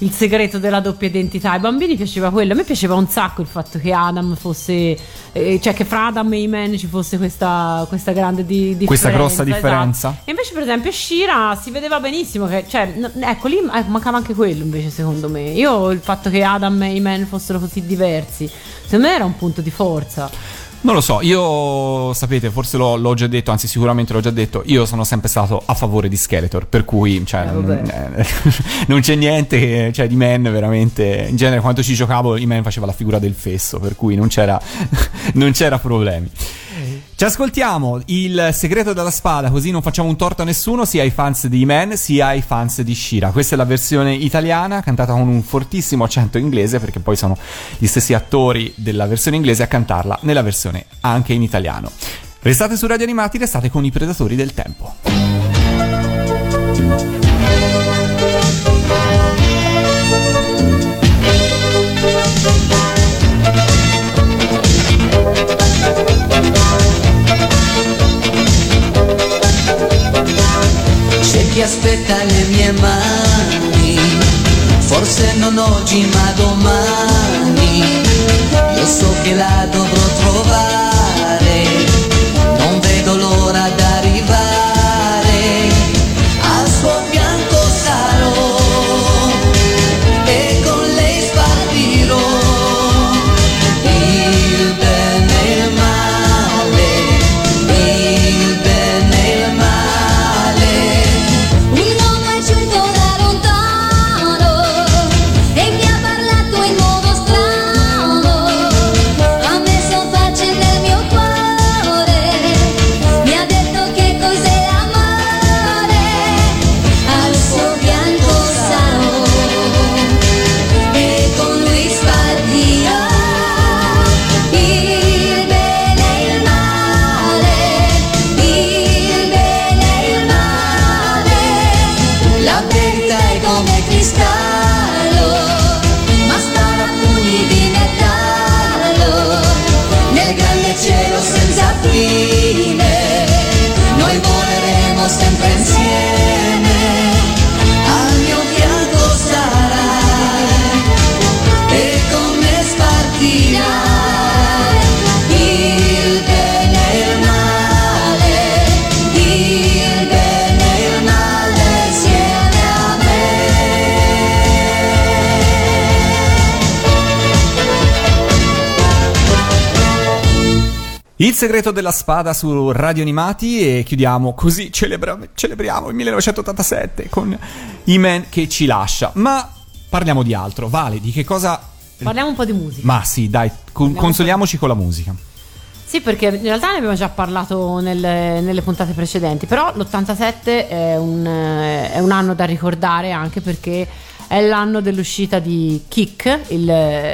il segreto della doppia identità. Ai bambini piaceva quello, a me piaceva un sacco il fatto che Adam fosse, eh, cioè che fra Adam e He-Man ci fosse questa, questa grande di, differenza, questa grossa differenza. Esatto. E invece per esempio She-Ra si vedeva benissimo che, cioè, n- ecco lì eh, mancava anche quello invece secondo me. Io il fatto che Adam e He-Man fossero così diversi secondo me era un punto di forza. Non lo so, io sapete, forse l'ho, l'ho già detto, anzi sicuramente l'ho già detto, io sono sempre stato a favore di Skeletor, per cui cioè, eh, non, eh, non c'è niente che, cioè di Man veramente, in genere quando ci giocavo Man faceva la figura del fesso, per cui non c'era, non c'era problemi. Ci ascoltiamo Il segreto della spada, così non facciamo un torto a nessuno, sia ai fans di He-Man sia ai fans di She-Ra. Questa è la versione italiana cantata con un fortissimo accento inglese, perché poi sono gli stessi attori della versione inglese a cantarla nella versione anche in italiano. Restate su Radio Animati, restate con i Predatori del Tempo. C'è chi aspetta le mie mani, forse non oggi ma domani, io so che la dovrò trovare, non vedo l'ora d'arrivare, al suo fianco sarò e con lei spartirò, il bene e il male, il bene e il male. Noi voleremo sempre insieme, al mio fianco sarai e con me spartirai il bene e il male, il bene e il male insieme a Il segreto della spada su Radio Animati, e chiudiamo così, celebra- celebriamo il millenovecentottantasette con He-Man che ci lascia. Ma parliamo di altro. Vale, di che cosa... Parliamo un po' di musica. Ma sì, dai, con- consoliamoci con la musica. Sì, perché in realtà ne abbiamo già parlato nelle, nelle puntate precedenti, però l'ottantasette è un, è un anno da ricordare anche perché è l'anno dell'uscita di Kick, il,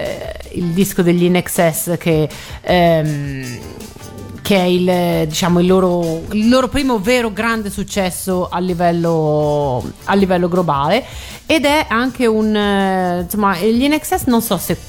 il disco degli In Excess che... Ehm, che è il, diciamo, il, loro, il loro primo vero grande successo a livello, a livello globale, ed è anche un, insomma, gli In Excess non so se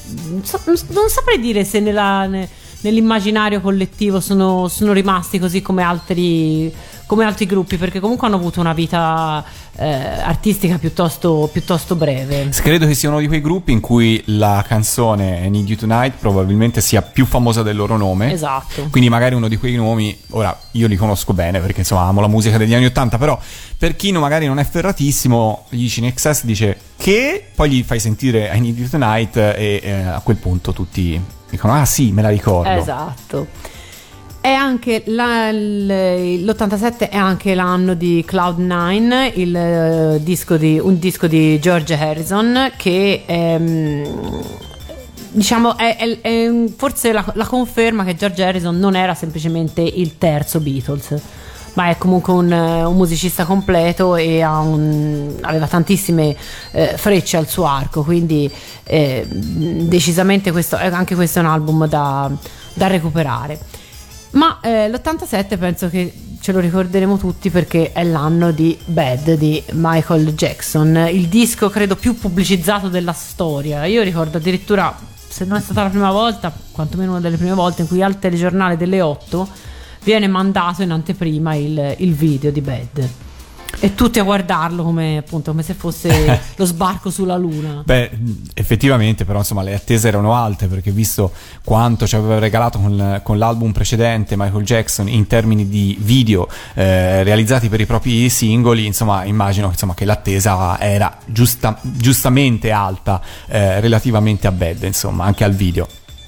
non saprei dire se nella, nell'immaginario collettivo sono, sono rimasti così come altri, come altri gruppi, perché comunque hanno avuto una vita eh, artistica piuttosto, piuttosto breve. Credo che sia uno di quei gruppi in cui la canzone I Need You Tonight probabilmente sia più famosa del loro nome. Esatto. Quindi magari uno di quei nomi, ora io li conosco bene perché insomma amo la musica degli anni ottanta, però per chi non, magari non è ferratissimo, gli dici In Excess, dice che, poi gli fai sentire I Need You Tonight e eh, a quel punto tutti dicono ah sì, me la ricordo. Esatto. È anche la, l'ottantasette è anche l'anno di Cloud Nine, il uh, disco di, un disco di George Harrison che ehm, diciamo è, è, è forse la, la conferma che George Harrison non era semplicemente il terzo Beatles, ma è comunque un, un musicista completo e ha un, aveva tantissime eh, frecce al suo arco, quindi eh, decisamente questo, anche questo è un album da, da recuperare. Ma eh, l'ottantasette penso che ce lo ricorderemo tutti perché è l'anno di Bad di Michael Jackson, il disco credo più pubblicizzato della storia. Io ricordo addirittura, se non è stata la prima volta, quantomeno una delle prime volte in cui al telegiornale delle otto viene mandato in anteprima il, il video di Bad. E tutti a guardarlo come appunto come se fosse lo sbarco sulla luna. Beh, effettivamente, però insomma le attese erano alte, perché visto quanto ci aveva regalato con, con l'album precedente Michael Jackson in termini di video eh, realizzati per i propri singoli, insomma immagino insomma, che l'attesa era giusta, giustamente alta eh, relativamente a Bad, insomma anche al video.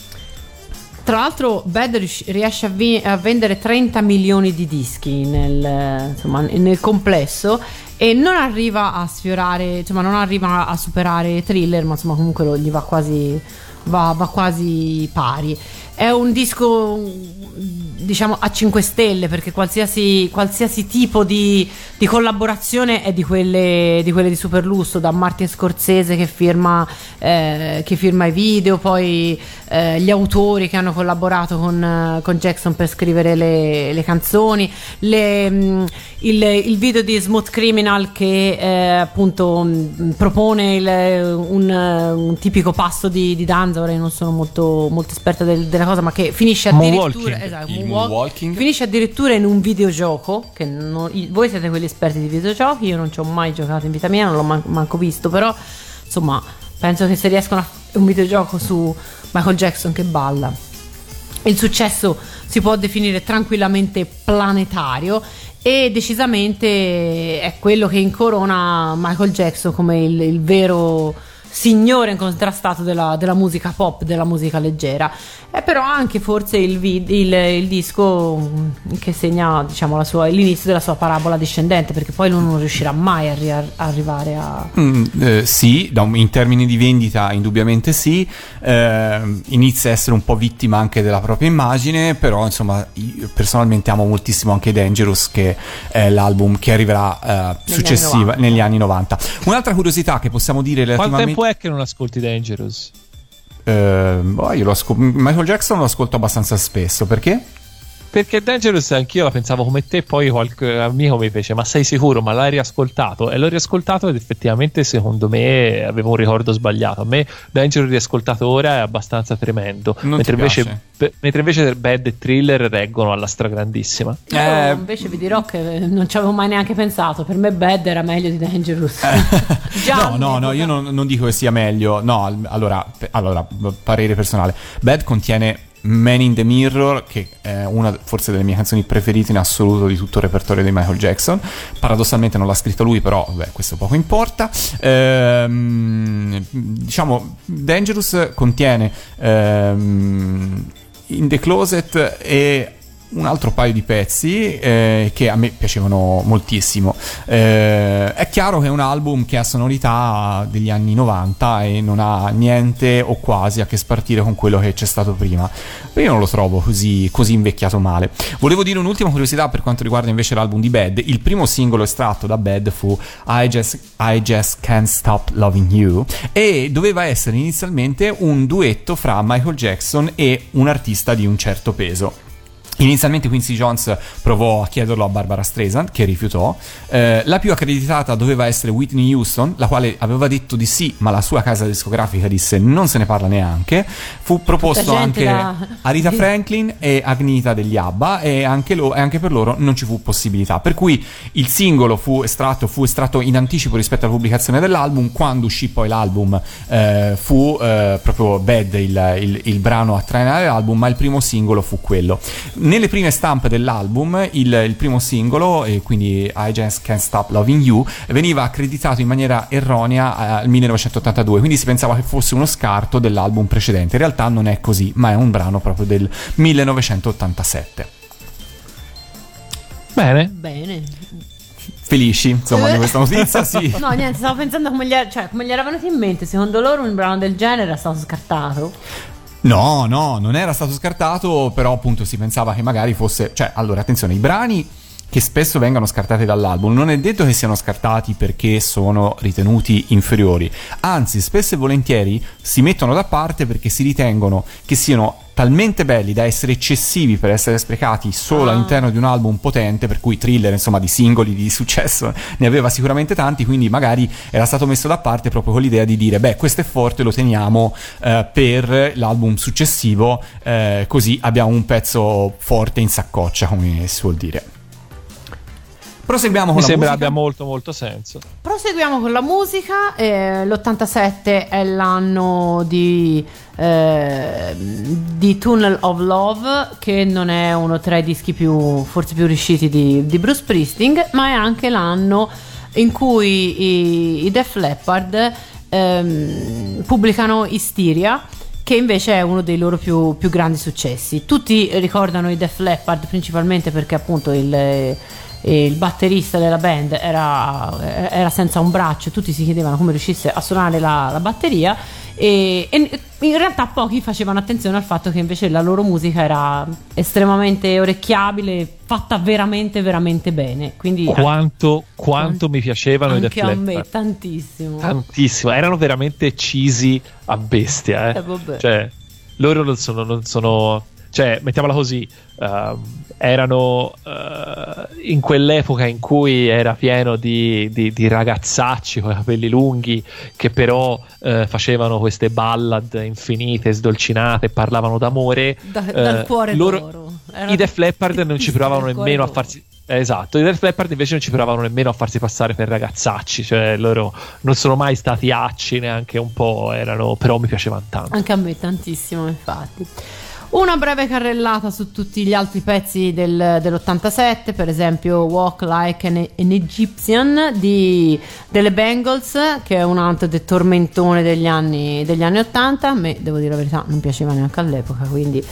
Tra l'altro Bad riesce a, vi- a vendere trenta milioni di dischi nel, insomma, nel complesso, e non arriva a sfiorare, insomma non arriva a superare Thriller, ma insomma comunque lo, gli va quasi, va, va quasi pari. È un disco diciamo a cinque stelle, perché qualsiasi, qualsiasi tipo di, di collaborazione è di quelle di quelle di Superlusso, da Martin Scorsese che firma eh, che firma i video, poi eh, gli autori che hanno collaborato con, con Jackson per scrivere le, le canzoni, le, mh, il, il video di Smooth Criminal che eh, appunto mh, propone il, un, un tipico passo di, di danza. Ora io non sono molto, molto esperta del, della cosa, ma che finisce addirittura esatto, il moonwalk, moonwalking. finisce addirittura in un videogioco che non, voi siete quelli esperti di videogiochi, io non ci ho mai giocato in vita mia, non l'ho man- manco visto, però insomma penso che se riescono a un videogioco su Michael Jackson che balla, il successo si può definire tranquillamente planetario, e decisamente è quello che incorona Michael Jackson come il, il vero signore incontrastato della, della musica pop, della musica leggera. È però anche forse il, vid- il, il disco che segna diciamo la sua, l'inizio della sua parabola discendente, perché poi lui non riuscirà mai a, ri- a arrivare a mm, eh, sì, da un, in termini di vendita indubbiamente sì, eh, inizia a essere un po' vittima anche della propria immagine, però insomma io personalmente amo moltissimo anche Dangerous, che è l'album che arriverà eh, successiva anni negli anni novanta. Un'altra curiosità che possiamo dire relativamente... Quanto tempo è che non ascolti Dangerous? Eh, boh, io lo ascol- Michael Jackson lo ascolto abbastanza spesso. Perché? Perché Dangerous anch'io la pensavo come te, poi qualche amico mi fece ma sei sicuro, ma l'hai riascoltato? E l'ho riascoltato ed effettivamente secondo me avevo un ricordo sbagliato. A me Dangerous riascoltato ora è abbastanza tremendo, Non mentre ti invece, piace? be- mentre invece Bad e Thriller reggono alla stragrandissima. Io Eh. invece vi dirò che non ci avevo mai neanche pensato. Per me Bad era meglio di Dangerous. Già No, no, no, io non, non dico che sia meglio. No, al- allora, pe- allora, parere personale. Bad contiene Man in the Mirror, che è una forse delle mie canzoni preferite in assoluto di tutto il repertorio di Michael Jackson. Paradossalmente non l'ha scritta lui, però beh, questo poco importa. Ehm, diciamo Dangerous contiene ehm, In the Closet e un altro paio di pezzi eh, che a me piacevano moltissimo. Eh, è chiaro che è un album che ha sonorità degli anni novanta e non ha niente o quasi a che spartire con quello che c'è stato prima. Io non lo trovo così, così invecchiato male. Volevo dire un'ultima curiosità per quanto riguarda invece l'album di Bad. Il primo singolo estratto da Bad fu I Just, I Just Can't Stop Loving You, e doveva essere inizialmente un duetto fra Michael Jackson e un artista di un certo peso. Inizialmente Quincy Jones provò a chiederlo a Barbara Streisand, che rifiutò. Eh, la più accreditata doveva essere Whitney Houston, la quale aveva detto di sì, ma la sua casa discografica disse non se ne parla neanche. Fu proposto anche da... a Rita Franklin e Agnetha degli ABBA, e anche, lo, e anche per loro non ci fu possibilità. Per cui il singolo fu estratto, fu estratto in anticipo rispetto alla pubblicazione dell'album. Quando uscì poi l'album eh, fu eh, proprio Bad il, il, il brano a trainare l'album, ma il primo singolo fu quello. Nelle prime stampe dell'album il, il primo singolo, e quindi I Just Can't Stop Loving You, veniva accreditato in maniera erronea al millenovecentottantadue, quindi si pensava che fosse uno scarto dell'album precedente. In realtà non è così, ma è un brano proprio del millenovecentottantasette. Bene. Bene. Felici insomma di questa notizia? Sì. No, niente, stavo pensando come gli, era, cioè, come gli era venuto in mente. Secondo loro un brano del genere era stato scartato? No, no, non era stato scartato, però appunto si pensava che magari fosse... Cioè, allora, attenzione, i brani che spesso vengono scartati dall'album non è detto che siano scartati perché sono ritenuti inferiori, anzi spesso e volentieri si mettono da parte perché si ritengono che siano talmente belli da essere eccessivi per essere sprecati solo Ah. all'interno di un album potente, per cui Thriller insomma di singoli di successo ne aveva sicuramente tanti, quindi magari era stato messo da parte proprio con l'idea di dire beh, questo è forte, lo teniamo eh, per l'album successivo, eh, così abbiamo un pezzo forte in saccoccia, come si suol dire. Proseguiamo con Mi la sembra musica. abbia molto molto senso. Proseguiamo con la musica. eh, l'ottantasette è l'anno di, eh, di Tunnel of Love, che non è uno tra i dischi più forse più riusciti di, di Bruce Springsteen, ma è anche l'anno in cui i, i Def Leppard ehm, pubblicano Hysteria, che invece è uno dei loro più, più grandi successi. Tutti ricordano i Def Leppard principalmente perché appunto il il batterista della band era, era senza un braccio, tutti si chiedevano come riuscisse a suonare la, la batteria, e, e in realtà pochi facevano attenzione al fatto che invece la loro musica era estremamente orecchiabile, fatta veramente veramente bene. Quindi Quanto, quanto mi piacevano i Def anche a me Leppard. tantissimo. Tantissimo, erano veramente cheesy a bestia, eh. Eh, vabbè. Cioè, loro non sono, non sono cioè, mettiamola così, ehm, erano eh, in quell'epoca in cui era pieno di, di, di ragazzacci con i capelli lunghi che però eh, facevano queste ballad infinite, sdolcinate, parlavano d'amore. Da- dal eh, cuore loro, d'oro. Era I Def Leppard non ci l'artista provavano del cuore nemmeno a d'oro. farsi eh, esatto, i Def Leppard invece non ci provavano nemmeno a farsi passare per ragazzacci, cioè loro non sono mai stati acci neanche un po', erano, però mi piacevano tanto. Anche a me tantissimo, infatti. Una breve carrellata su tutti gli altri pezzi del, dell'ottantasette, per esempio Walk Like an, an Egyptian di, delle Bangles, che è un altro del tormentone degli anni, degli anni ottanta. A me, devo dire la verità, non piaceva neanche all'epoca, quindi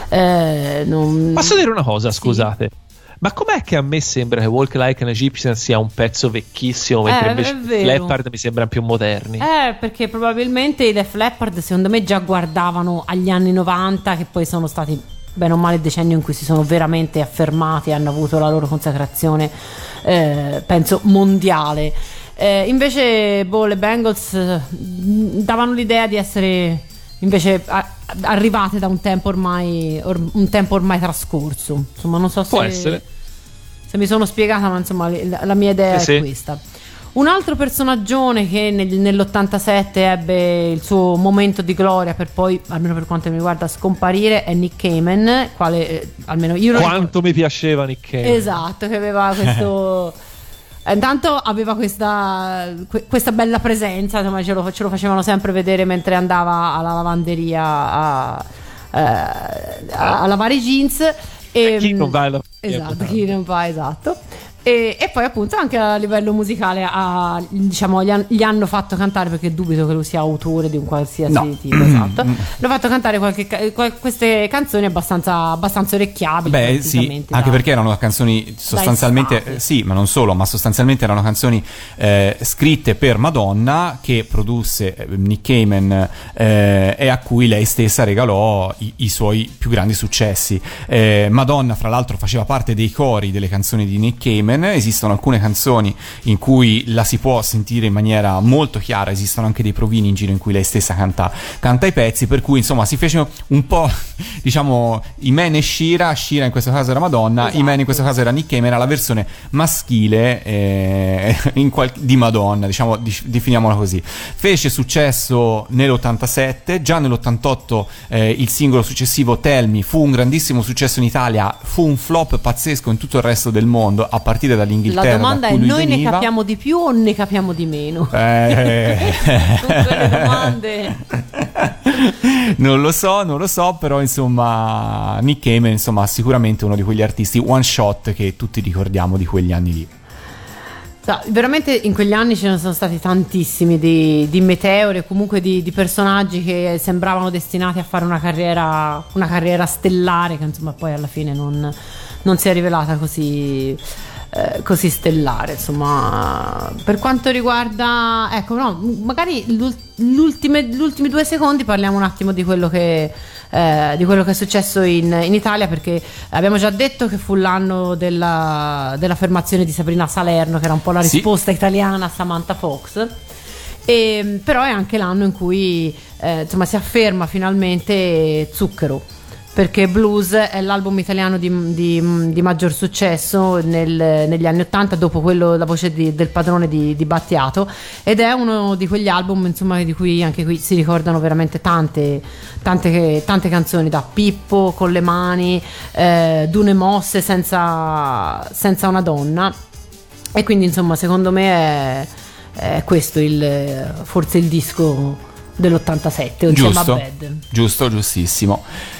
eh, non... Posso dire una cosa, Sì. scusate? Ma com'è che a me sembra che Walk Like an Egyptian sia un pezzo vecchissimo, mentre Eh, invece è i vero. Leppard mi sembrano più moderni? Eh, perché probabilmente i Def Leppard secondo me già guardavano agli anni novanta, che poi sono stati bene o male il decennio in cui si sono veramente affermati e hanno avuto la loro consacrazione, eh, penso mondiale. Eh, invece boh, le Bangles eh, davano l'idea di essere invece a- arrivate da un tempo ormai or- un tempo ormai trascorso. Insomma, non so se Può essere. se mi sono spiegata, ma insomma la, la mia idea Sì, è sì. questa. Un altro personaggione che nel- nell'ottantasette ebbe il suo momento di gloria per poi, almeno per quanto mi riguarda, scomparire è Nick Cayman, quale eh, almeno io lo Quanto mi piaceva Nick Cave. esatto, che aveva questo eh, intanto aveva questa, que- questa bella presenza, insomma, ce lo, ce lo facevano sempre vedere mentre andava alla lavanderia a, eh, a, a lavare i jeans. E, Chi non va alla- esatto, chi non va, esatto. E, e poi appunto anche a livello musicale ha, diciamo, gli, han- gli hanno fatto cantare, perché dubito che lui sia autore di un qualsiasi No. tipo, esatto. L'ho fatto cantare qualche, ca- qual- queste canzoni abbastanza, abbastanza orecchiabili. Beh, sì, praticamente, anche da- perché erano canzoni sostanzialmente, estate. eh, sì, ma non solo, ma sostanzialmente erano canzoni eh, scritte per Madonna, che produsse eh, Nick Cayman eh, e a cui lei stessa regalò i, i suoi più grandi successi. Eh, Madonna, fra l'altro, faceva parte dei cori delle canzoni di Nick Cayman. Esistono alcune canzoni in cui la si può sentire in maniera molto chiara, esistono anche dei provini in giro in cui lei stessa canta, canta i pezzi, per cui insomma si fece un po', diciamo, i man e Shira, Shira in questo caso era Madonna, Esatto. i man in questo caso era Nick Cayman, era la versione maschile eh, in qual- di Madonna, diciamo, di- definiamola così. Fece successo nell'ottantasette, già nell'ottantotto eh, il singolo successivo Tell Me fu un grandissimo successo in Italia, fu un flop pazzesco in tutto il resto del mondo, a partire dall'Inghilterra. La domanda da è: cui lui noi ne veniva. capiamo di più o ne capiamo di meno? Eh, Sono quelle domande. non lo so, non lo so, però insomma Nick Cayman insomma sicuramente uno di quegli artisti one shot che tutti ricordiamo di quegli anni lì. Sa, veramente in quegli anni ce ne sono stati tantissimi di, di meteore, comunque di, di personaggi che sembravano destinati a fare una carriera, una carriera stellare, che insomma poi alla fine non, non si è rivelata così, eh, così stellare. Insomma, per quanto riguarda, ecco, no, magari l'ul- l'ultime, gli ultimi due secondi parliamo un attimo di quello che eh, di quello che è successo in, in Italia, perché abbiamo già detto che fu l'anno della, dell'affermazione di Sabrina Salerno, che era un po' la Sì. risposta italiana a Samantha Fox. E, però è anche l'anno in cui eh, insomma si afferma finalmente Zucchero, perché Blues è l'album italiano di, di- di maggior successo nel- negli anni ottanta, dopo quello La voce di- del padrone di, di Battiato, ed è uno di quegli album insomma di cui anche qui si ricordano veramente tante tante, tante canzoni, da Pippo, Con le mani, eh, Dune mosse, senza, senza una donna. E quindi insomma secondo me è, è questo il forse il disco dell'ottantasette, insieme a Giusto, Bad. giusto, giustissimo.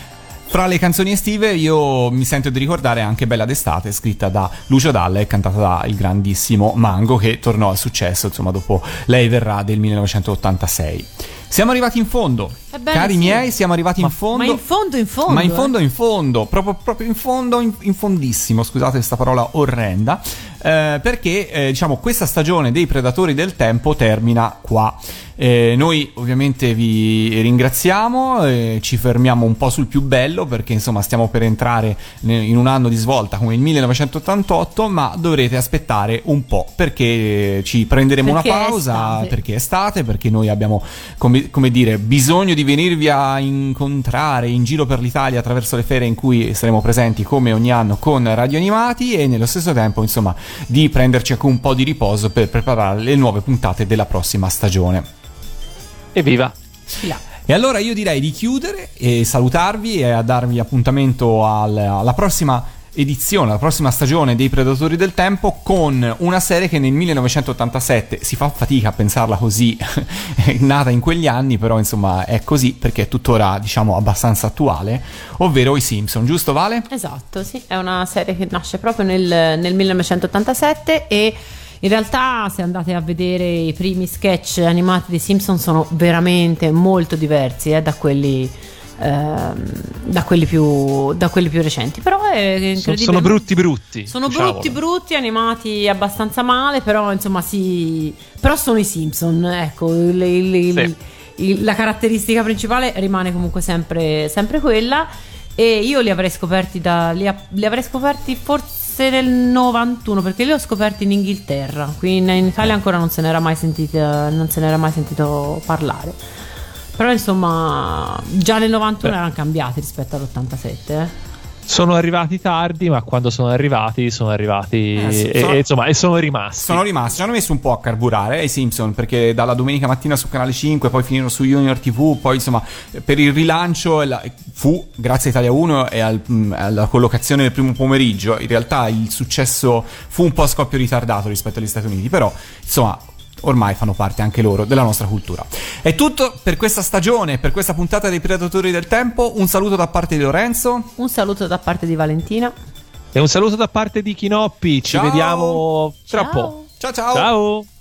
Fra le canzoni estive io mi sento di ricordare anche Bella d'estate, scritta da Lucio Dalla e cantata da il grandissimo Mango, che tornò al successo insomma dopo Lei verrà del millenovecentottantasei. Siamo arrivati in fondo, Ebbene, cari sì. miei, siamo arrivati Ma, in fondo. ma in fondo, in fondo. Ma in eh. fondo, in fondo, proprio, proprio in fondo, in, in fondissimo, scusate questa parola orrenda, eh, perché eh, diciamo questa stagione dei Predatori del Tempo termina qua. Eh, noi ovviamente vi ringraziamo, eh, ci fermiamo un po' sul più bello perché insomma stiamo per entrare in un anno di svolta come il millenovecentottantotto, ma dovrete aspettare un po' perché ci prenderemo Perché una è pausa, estate. perché è estate, perché noi abbiamo come, come dire bisogno di venirvi a incontrare in giro per l'Italia attraverso le ferie in cui saremo presenti come ogni anno con Radio Animati, e nello stesso tempo insomma di prenderci anche un po' di riposo per preparare le nuove puntate della prossima stagione. Evviva! Là. E allora io direi di chiudere e salutarvi e a darvi appuntamento al, alla prossima edizione, alla prossima stagione dei Predatori del Tempo, con una serie che nel millenovecentottantasette, si fa fatica a pensarla così, è nata in quegli anni, però insomma è così perché è tuttora diciamo abbastanza attuale, ovvero i Simpson, giusto Vale? Esatto, sì, è una serie che nasce proprio nel, nel millenovecentottantasette e in realtà se andate a vedere i primi sketch animati dei Simpson sono veramente molto diversi eh, da quelli ehm, da quelli più da quelli più recenti, però è incredibile. Sono brutti brutti. Sono diciamolo. brutti brutti, animati abbastanza male, però insomma sì, però sono i Simpson, ecco, il- il- il- Sì. il- la caratteristica principale rimane comunque sempre, sempre quella, e io li avrei scoperti da li, a- li avrei scoperti forse nel novantuno, perché li ho scoperti in Inghilterra, qui in, in Italia ancora non se n'era mai sentito non se n'era mai sentito parlare, però insomma già nel novantuno Beh. erano cambiati rispetto all'ottantasette, eh. Sono arrivati tardi, ma quando sono arrivati, sono arrivati Eh, sì, e, sono- e, insomma, e sono rimasti. Sono rimasti, ci hanno messo un po' a carburare eh, i Simpson, perché dalla domenica mattina su Canale cinque, poi finirono su Junior tivù, poi insomma per il rilancio e la- fu grazie a Italia uno e al- mh, alla collocazione del primo pomeriggio. In realtà il successo fu un po' a scoppio ritardato rispetto agli Stati Uniti, però insomma ormai fanno parte anche loro della nostra cultura. È tutto per questa stagione, per questa puntata dei Predatori del Tempo. Un saluto da parte di Lorenzo. Un saluto da parte di Valentina. E un saluto da parte di Chinoppi. Ci Ciao. vediamo tra Ciao. po'. Ciao ciao. Ciao.